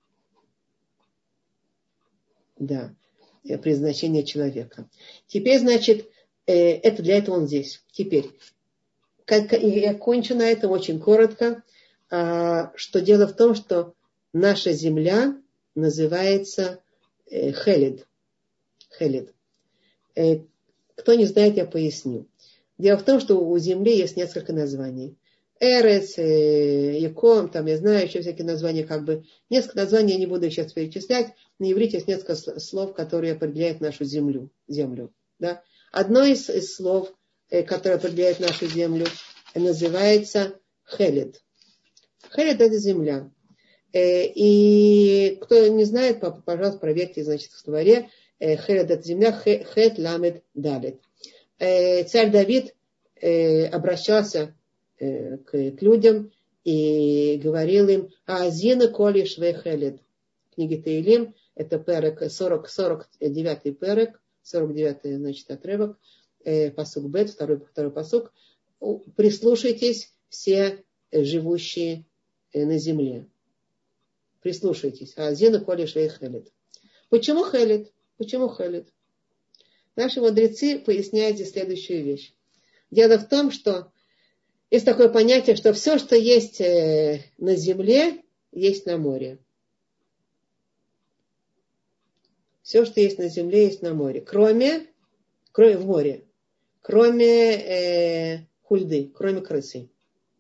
да, предназначение человека. Теперь, значит, это для этого он здесь. Теперь, я кончу на этом очень коротко, что дело в том, что наша земля называется Хелед. Хелед. Кто не знает, я поясню. Дело в том, что у земли есть несколько названий. Эрец, Яком, там я знаю еще всякие названия, как бы несколько названий я не буду сейчас перечислять. На иврите есть несколько слов, которые определяют нашу землю. землю да? Одно из, из слов, которое определяет нашу землю, называется Хелед. Хелед — это земля. И кто не знает, пожалуйста, проверьте, значит, в словаре. Хелед — это земля, Хет Ламед Далет. Царь Давид обращался к, к людям и говорил им: Азина коли швей хелед. Книги Теилим, это перек, сорок, сорок девятый перек, сорок девятый, значит, отрывок, э, пасук бет, второй, второй пасук. Прислушайтесь, все живущие на земле. Прислушайтесь. Азина коли швей хелед. Почему хелед? Почему хелед? Наши мудрецы поясняют здесь следующую вещь. Дело в том, что есть такое понятие, что все, что есть на земле, есть на море. Все, что есть на земле, есть на море. Кроме, кроме в море. Кроме э, хульды, кроме крысы.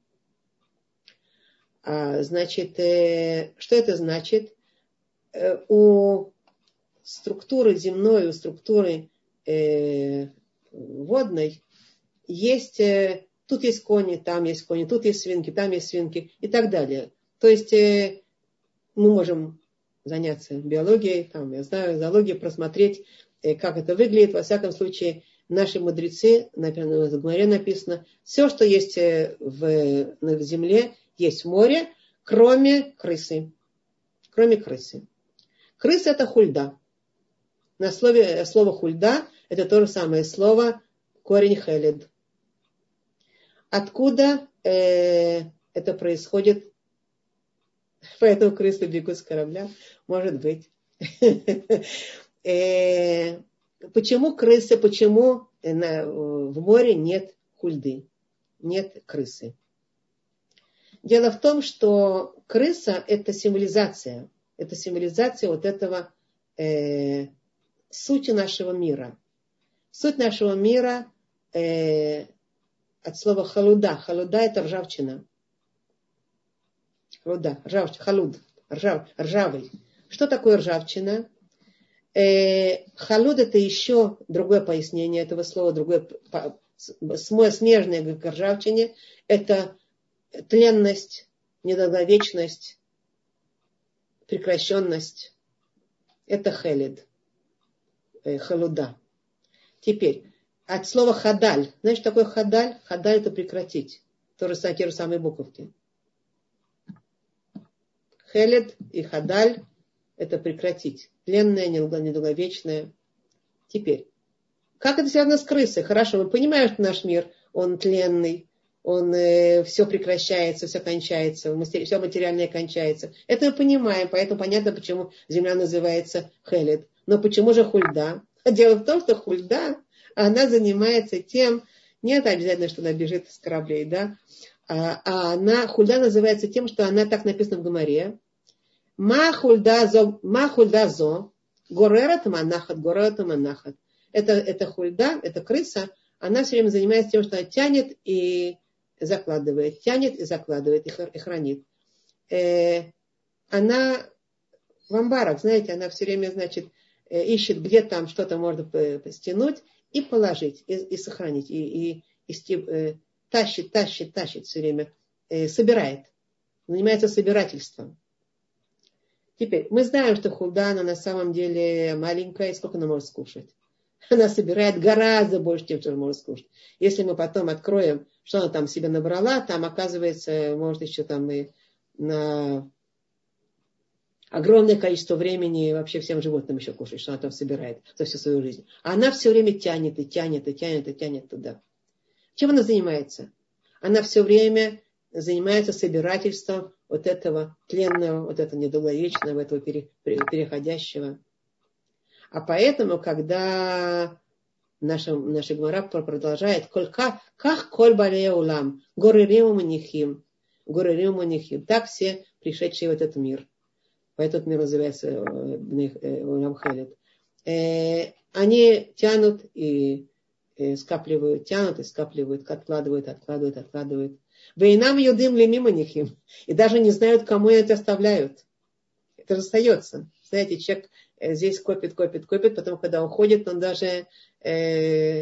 А, значит, э, что это значит? Э, у структуры земной, у структуры э, водной есть... Э, Тут есть кони, там есть кони, тут есть свинки, там есть свинки и так далее. То есть э, мы можем заняться биологией, там, я знаю, зоологией, просмотреть, э, как это выглядит. Во всяком случае, наши мудрецы, например, в Гмаре написано, все, что есть в, в земле, есть в море, кроме крысы. Кроме крысы. Крыса — это хульда. На слове, слово хульда — это то же самое слово корень хелед. Откуда э, это происходит? Поэтому крысы бегут с корабля? Может быть. Почему крысы, почему в море нет хульды, нет крысы? Дело в том, что крыса — это символизация. Это символизация вот этого э, сути нашего мира. Суть нашего мира э, от слова халуда. Халуда — это ржавчина. Халуда, ржавчина, халуд, ржав, ржавый. Что такое ржавчина? Э, халуд — это еще другое пояснение этого слова, другое смежное к ржавчине. Это тленность, недолговечность, прекращенность. Это хелед, э, халуда. Теперь, от слова хадаль. Знаешь, что такое хадаль? Хадаль — это прекратить. То же самое, те же самые буковки. Хелед и хадаль – это прекратить. Тленное, недолговечное. Теперь, как это связано с крысой? Хорошо, мы понимаем, что наш мир, он тленный, он э, все прекращается, все кончается, все материальное кончается. Это мы понимаем, поэтому понятно, почему земля называется Хелед. Но почему же Хульда? Дело в том, что Хульда, она занимается тем, нет обязательно, что она бежит с кораблей, да, а, а она, Хульда называется тем, что она, так написано в Гемаре, Ма Хульда зо, ма хульда зо горерат манахат, горерат манахат. Это, это Хульда, это крыса, она все время занимается тем, что она тянет и закладывает, тянет и закладывает, и хранит. Э, она в амбарах, знаете, она все время, значит, ищет, где там что-то можно стянуть и положить, и, и сохранить, и, и, и э, тащит, тащит, тащит все время, э, собирает, занимается собирательством. Теперь, мы знаем, что Хульда, она на самом деле маленькая, и сколько она может скушать? Она собирает гораздо больше, чем что она может скушать. Если мы потом откроем, что она там себе набрала, там, оказывается, может еще там и на огромное количество времени вообще всем животным еще кушать, что она там собирает за всю свою жизнь. А она все время тянет и тянет и тянет и тянет туда. Чем она занимается? Она все время занимается собирательством вот этого тленного, вот этого недолговечного, этого переходящего. А поэтому, когда наша, наша Гемара продолжает, как коль балея улам, горерим манихим, горерим манихим, так все пришедшие в этот мир. Поэтому этот мир называется улам хелед. Они тянут и скапливают, тянут и скапливают, откладывают, откладывают, откладывают. Вейнам юдым лемима нихим. И даже не знают, кому это оставляют. Это же остается. Знаете, человек здесь копит, копит, копит, потом, когда уходит, он даже э,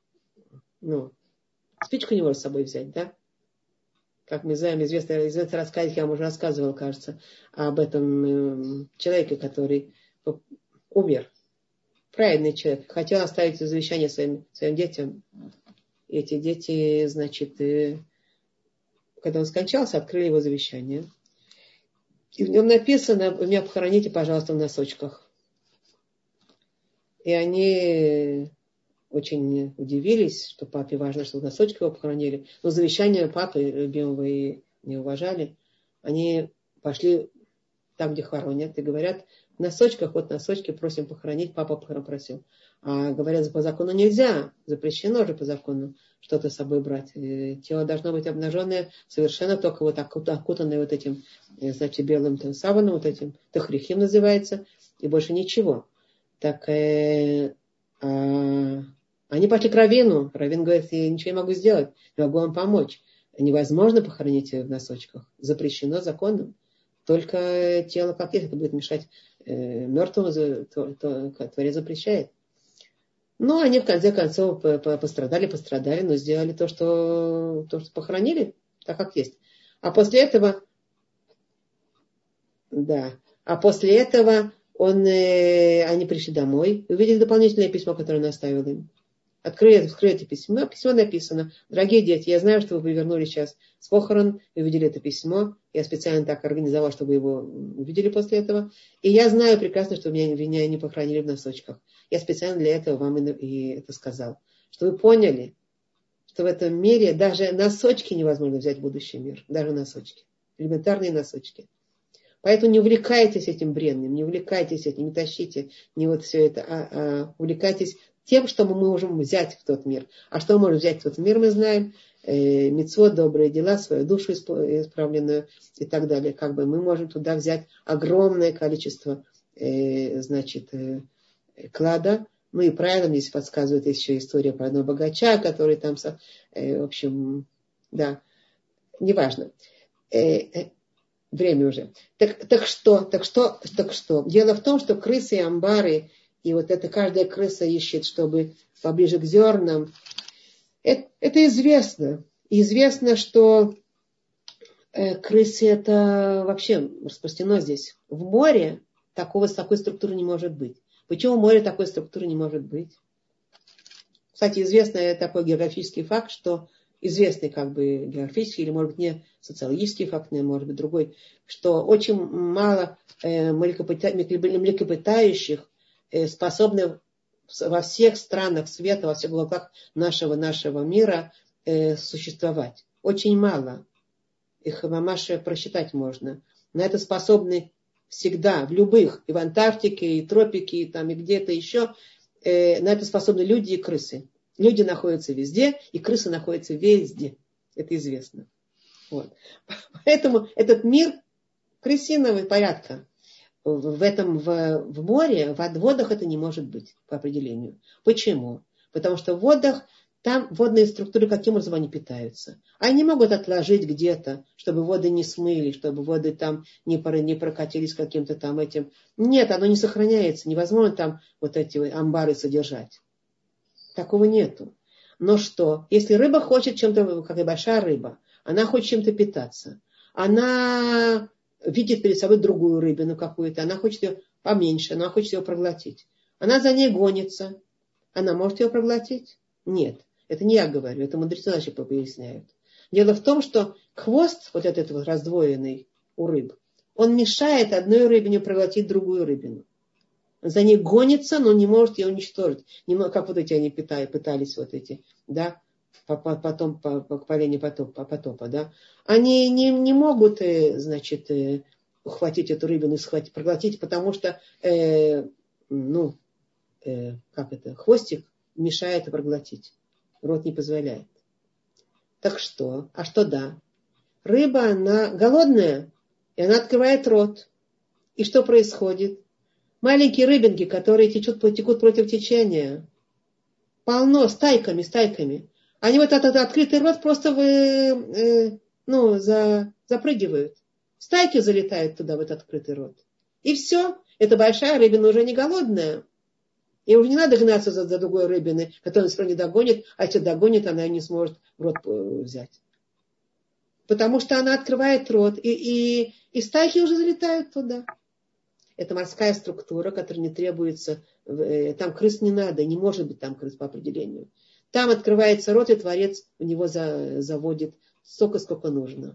ну, спичку не может с собой взять, да? Как мы знаем, известный, известный рассказ, я вам уже рассказывал, кажется, об этом э, человеке, который умер. Праведный человек. Хотел оставить завещание своим, своим детям. И эти дети, значит, э, когда он скончался, открыли его завещание. И в нем написано: меня похороните, пожалуйста, в носочках. И они очень удивились, что папе важно, что в носочках его похоронили. Но завещание папы, любимого, и не уважали. Они пошли там, где хоронят, и говорят: в носочках, вот носочки просим похоронить, папа просил. А говорят, по закону нельзя, запрещено же по закону что-то с собой брать. И тело должно быть обнаженное, совершенно только вот окутанное вот этим, значит, белым там саваном, вот этим, тахрихим называется, и больше ничего. Так э, э, они пошли к раввину. Раввин говорит: я ничего не могу сделать, не могу вам помочь. Невозможно похоронить в носочках. Запрещено законом. Только тело как есть, это будет мешать э, мертвому, то, то, Творец запрещает. Ну, они в конце концов пострадали, пострадали, но сделали то, что, то, что похоронили, так как есть. А после этого, да, а после этого он, э, они пришли домой, увидели дополнительное письмо, которое он оставил им. Открыли, открыли письмо, письмо написано: дорогие дети, я знаю, что вы вернулись сейчас с похорон и увидели это письмо. Я специально так организовал, чтобы вы его увидели после этого. И я знаю прекрасно, что меня, меня не похоронили в носочках. Я специально для этого вам и, и это сказал. Что вы поняли, что в этом мире даже носочки невозможно взять в будущий мир. Даже носочки. Элементарные носочки. Поэтому не увлекайтесь этим бренным, не увлекайтесь этим, не тащите, не вот все это, а, а увлекайтесь тем, что мы можем взять в тот мир. А что мы можем взять в тот мир, мы знаем. Э, мицвот, добрые дела, свою душу исправленную и так далее. Как бы мы можем туда взять огромное количество э, значит, э, клада. Ну и правильно мне здесь подсказывает еще история про одного богача, который там, э, в общем, да, неважно. Э, э, время уже. Так, так что, так что, так что? Дело в том, что крысы и амбары, и вот это каждая крыса ищет, чтобы поближе к зернам. Это, это известно. Известно, что э, крысы это вообще распространено здесь. В море такого, такой структуры не может быть. Почему в море такой структуры не может быть? Кстати, известный такой географический факт, что известный как бы географический, или, может быть, не социологический факт, но, может быть, другой, что очень мало э, млекопитающих э, способны во всех странах света, во всех уголках нашего, нашего мира э, существовать. Очень мало. Их мамаша просчитать можно. На это способны всегда, в любых, и в Антарктике, и тропике, и там, и где-то еще, э, на это способны люди и крысы. Люди находятся везде, и крысы находятся везде. Это известно. Вот. Поэтому этот мир крысиного порядка. В этом, в, в море, в водах это не может быть по определению. Почему? Потому что в водах, там водные структуры, каким образом они питаются. Они могут отложить где-то, чтобы воды не смыли, чтобы воды там не, не прокатились каким-то там этим. Нет, оно не сохраняется. Невозможно там вот эти амбары содержать. Такого нету. Но что? Если рыба хочет чем-то, как и большая рыба, она хочет чем-то питаться. Она видит перед собой другую рыбину какую-то. Она хочет ее поменьше, она хочет ее проглотить. Она за ней гонится. Она может ее проглотить? Нет. Это не я говорю, это мудрецы наши поясняют. Дело в том, что хвост, вот этот вот раздвоенный у рыб, он мешает одной рыбине проглотить другую рыбину. За ней гонится, но не может ее уничтожить. Не, как вот эти они пытались, вот эти, да, потом, по поколению потопа, потопа, да. Они не, не могут, значит, ухватить эту рыбину, схватить, проглотить, потому что, э, ну, э, как это, хвостик мешает проглотить. Рот не позволяет. Так что? А что да? Рыба, она голодная, и она открывает рот. И что происходит? Маленькие рыбинки, которые течут, текут против течения, полно, стайками, стайками. Они вот этот открытый рот просто вы, э, ну, за, запрыгивают. Стайки залетают туда, в этот открытый рот. И все. Эта большая рыбина уже не голодная. И уже не надо гнаться за, за другой рыбиной, которая все равно не догонит, а если догонит, она не сможет в рот взять. Потому что она открывает рот, и, и, и стайки уже залетают туда. Это морская структура, которая не требуется, там крыс не надо, не может быть там крыс по определению. Там открывается рот, и Творец в него за, заводит столько, сколько нужно.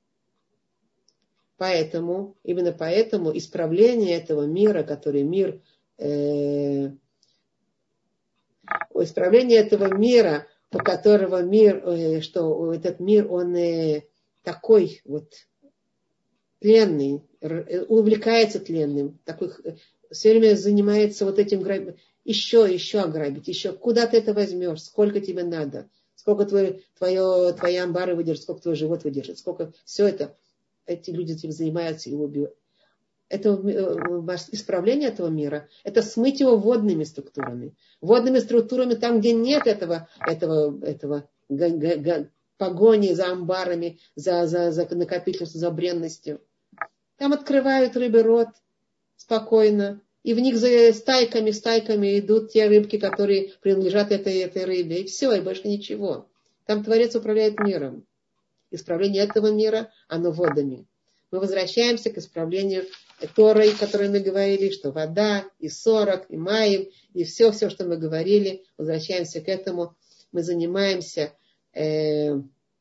Поэтому, именно поэтому исправление этого мира, который мир, э, исправление этого мира, у которого мир, э, что этот мир, он э, такой вот тленный, увлекается тленным, такой, все время занимается вот этим грабить, еще, еще ограбить, еще, куда ты это возьмешь, сколько тебе надо, сколько твой, твое, твои амбары выдержат, сколько твой живот выдержит, сколько, все это, эти люди этим занимаются и убивают. Это исправление этого мира, это смыть его водными структурами. Водными структурами там, где нет этого, этого, этого га, га, га, погони за амбарами, за, за, за накопительством, за бренностью. Там открывают рыбы рот спокойно. И в них за стайками, стайками идут те рыбки, которые принадлежат этой, этой рыбе. И все, и больше ничего. Там Творец управляет миром. Исправление этого мира, оно водами. Мы возвращаемся к исправлению Торой, о которой мы говорили, что вода, и сорок, и маем, и все, все, что мы говорили. Возвращаемся к этому. Мы занимаемся, э,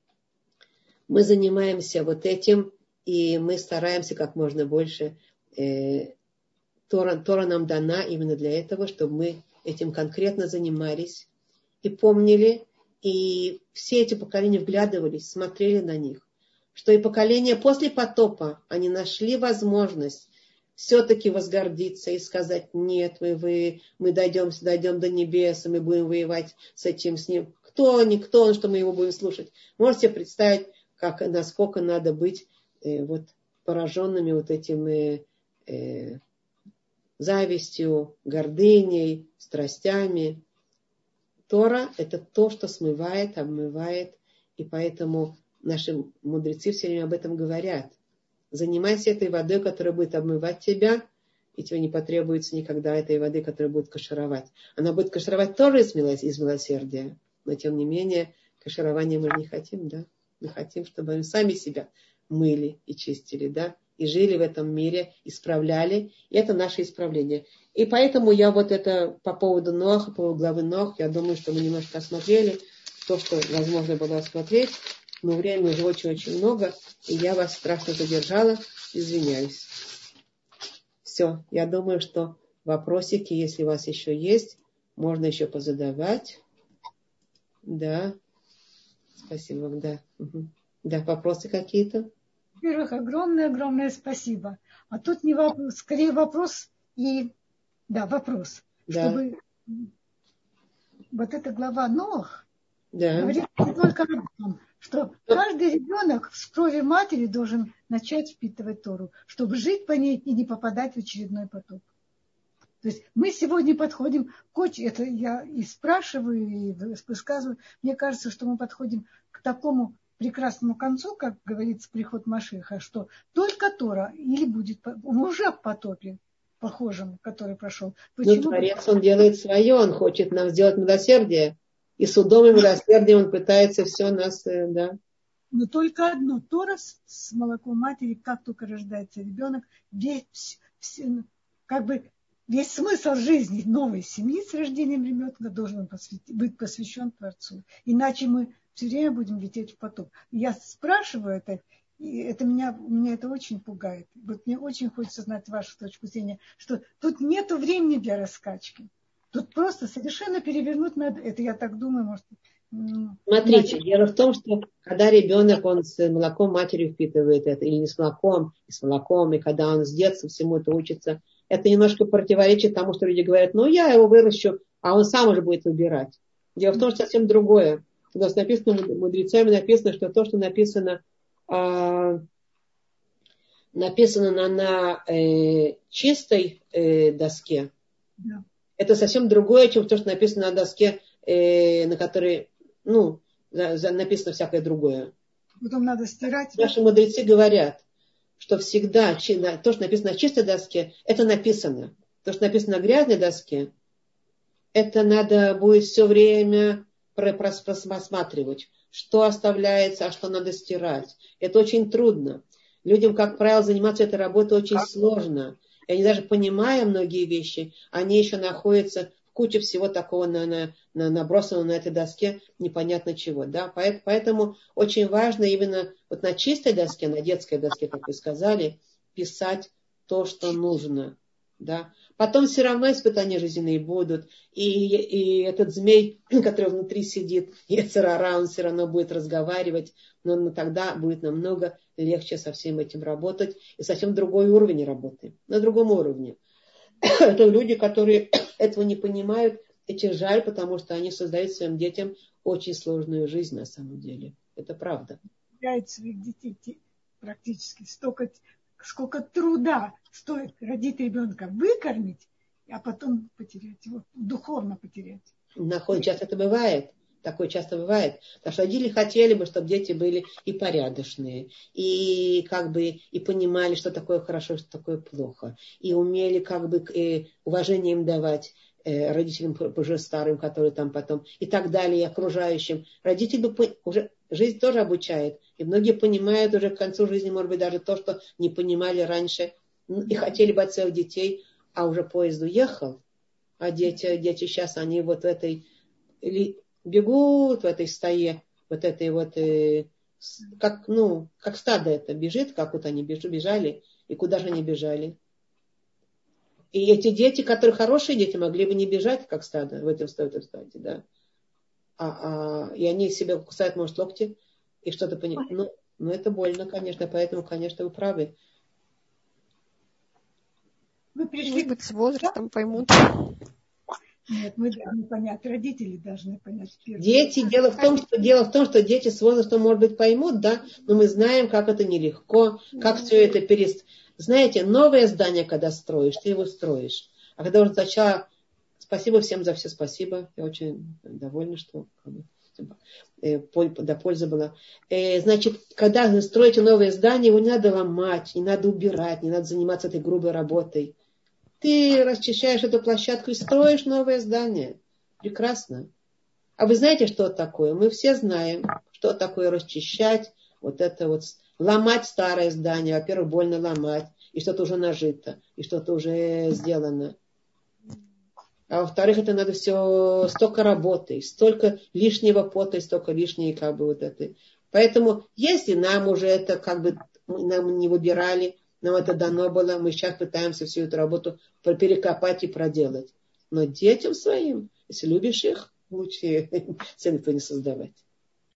мы занимаемся вот этим. И мы стараемся как можно больше. Э, Тора, Тора нам дана именно для этого, чтобы мы этим конкретно занимались и помнили. И все эти поколения вглядывались, смотрели на них. Что и поколения после потопа, они нашли возможность все-таки возгордиться и сказать, нет, вы, вы, мы дойдем, дойдем до небес, и мы будем воевать с этим, с ним. Кто он, кто он, что мы его будем слушать. Можете представить, как, насколько надо быть э, вот, пораженными вот этим э, э, завистью, гордыней, страстями. Тора – это то, что смывает, обмывает, и поэтому наши мудрецы все время об этом говорят. Занимайся этой водой, которая будет обмывать тебя, и тебе не потребуется никогда этой воды, которая будет кашировать. Она будет кашировать тоже из милосердия, но тем не менее каширование мы не хотим, да? Мы хотим, чтобы мы сами себя мыли и чистили, да? И жили в этом мире, исправляли. И это наше исправление. И поэтому я вот это по поводу Ноаха, по поводу главы Ноах, я думаю, что мы немножко осмотрели, то, что возможно было осмотреть. Но времени уже очень-очень много, и я вас страшно задержала. Извиняюсь. Все, я думаю, что вопросики, если у вас еще есть, можно еще позадавать. Да. Спасибо вам, да. Угу. Да, вопросы какие-то? Во-первых, огромное-огромное спасибо. А тут не вопрос, скорее вопрос и... Да, вопрос. Да. Чтобы вот эта глава Ноах да. говорит не только об этом, что каждый ребенок в крови матери должен начать впитывать Тору, чтобы жить по ней и не попадать в очередной потоп. То есть мы сегодня подходим к очень... Это я и спрашиваю, и высказываю. Мне кажется, что мы подходим к такому прекрасному концу, как говорится, приход Машиаха, что только Тора или будет уже в потопе похожем, который прошел. Почему? Ну, Творец, он делает свое, он хочет нам сделать милосердие. И судом и милосердием он пытается все нас, да. Но только одно. Тора с молоком матери, как только рождается ребенок, весь, как бы весь смысл жизни новой семьи с рождением ребенка должен быть посвящен Творцу. Иначе мы все время будем лететь в потоп. Я спрашиваю это, и это меня, меня это очень пугает. Вот мне очень хочется знать вашу точку зрения, что тут нет времени для раскачки. Тут просто совершенно перевернуть надо. Это я так думаю, может. Смотрите, иначе... дело в том, что когда ребенок, он с молоком матери впитывает это, или не с молоком, и с молоком, и когда он с детства всему это учится, это немножко противоречит тому, что люди говорят, ну я его выращу, а он сам уже будет выбирать. Дело в том, что совсем другое. У нас написано, мудрецами написано, что то, что написано, э, написано на, на э, чистой э, доске, да. Это совсем другое, чем то, что написано на доске, э, на которой, ну, за, за, написано всякое другое. Потом надо стирать. Наши мудрецы говорят, что всегда то, что написано на чистой доске, это написано. То, что написано на грязной доске, это надо будет все время просматривать, что оставляется, а что надо стирать. Это очень трудно. Людям, как правило, заниматься этой работой очень сложно. И они даже понимая многие вещи, они еще находятся в куче всего такого на, на, на, набросанного на этой доске непонятно чего. Да? Поэтому очень важно именно вот на чистой доске, на детской доске, как вы сказали, писать то, что нужно. Да? Потом все равно испытания жизненные будут. И, и этот змей, который внутри сидит, йецер ара, он все равно будет разговаривать. Но, но тогда будет намного легче со всем этим работать. И совсем другой уровень работы. На другом уровне. Это люди, которые этого не понимают. Этих жаль, потому что они создают своим детям очень сложную жизнь на самом деле. Это правда. Теряют своих детей практически столько... Сколько труда стоит родить ребенка, выкормить, а потом потерять его, духовно потерять. Находит, часто это бывает. Такое часто бывает. Потому что родители хотели бы, чтобы дети были и порядочные, и как бы и понимали, что такое хорошо, что такое плохо. И умели как бы э, уважение им давать э, родителям уже старым, которые там потом, и так далее, и окружающим. Родители бы уже... Жизнь тоже обучает. И многие понимают уже к концу жизни, может быть, даже то, что не понимали раньше. И хотели бы от своих детей, а уже поезд уехал. А дети, дети сейчас, они вот в этой... бегут в этой стае, вот этой вот... Как, ну, как стадо это бежит, как вот они бежали, и куда же они бежали. И эти дети, которые хорошие дети, могли бы не бежать, как стадо, в этом, в этом стаде, да. А, а, и они себе кусают, может, локти и что-то понимают. Ну, ну, это больно, конечно, поэтому, конечно, вы правы. Вы пришли... Может быть, с возрастом поймут. Нет, мы должны понять, родители должны понять. Дети, дело в том, что дело в том, что дети с возрастом, может быть, поймут, да, но мы знаем, как это нелегко, как все это перест... Знаете, новое здание, когда строишь, ты его строишь. А когда уже сначала... Спасибо всем за все, спасибо. Я очень довольна, что как бы, э, до пользы была. Э, значит, когда вы строите новое здание, его не надо ломать, не надо убирать, не надо заниматься этой грубой работой. Ты расчищаешь эту площадку и строишь новое здание. Прекрасно. А вы знаете, что это такое? Мы все знаем, что такое расчищать, вот это вот, ломать старое здание. Во-первых, больно ломать, и что-то уже нажито, и что-то уже сделано. А во-вторых, это надо все, столько работы, столько лишнего пота, и столько лишней как бы вот этой. Поэтому, если нам уже это как бы, нам не выбирали, нам это дано было, мы сейчас пытаемся всю эту работу перекопать и проделать. Но детям своим, если любишь их, лучше ценников не создавать.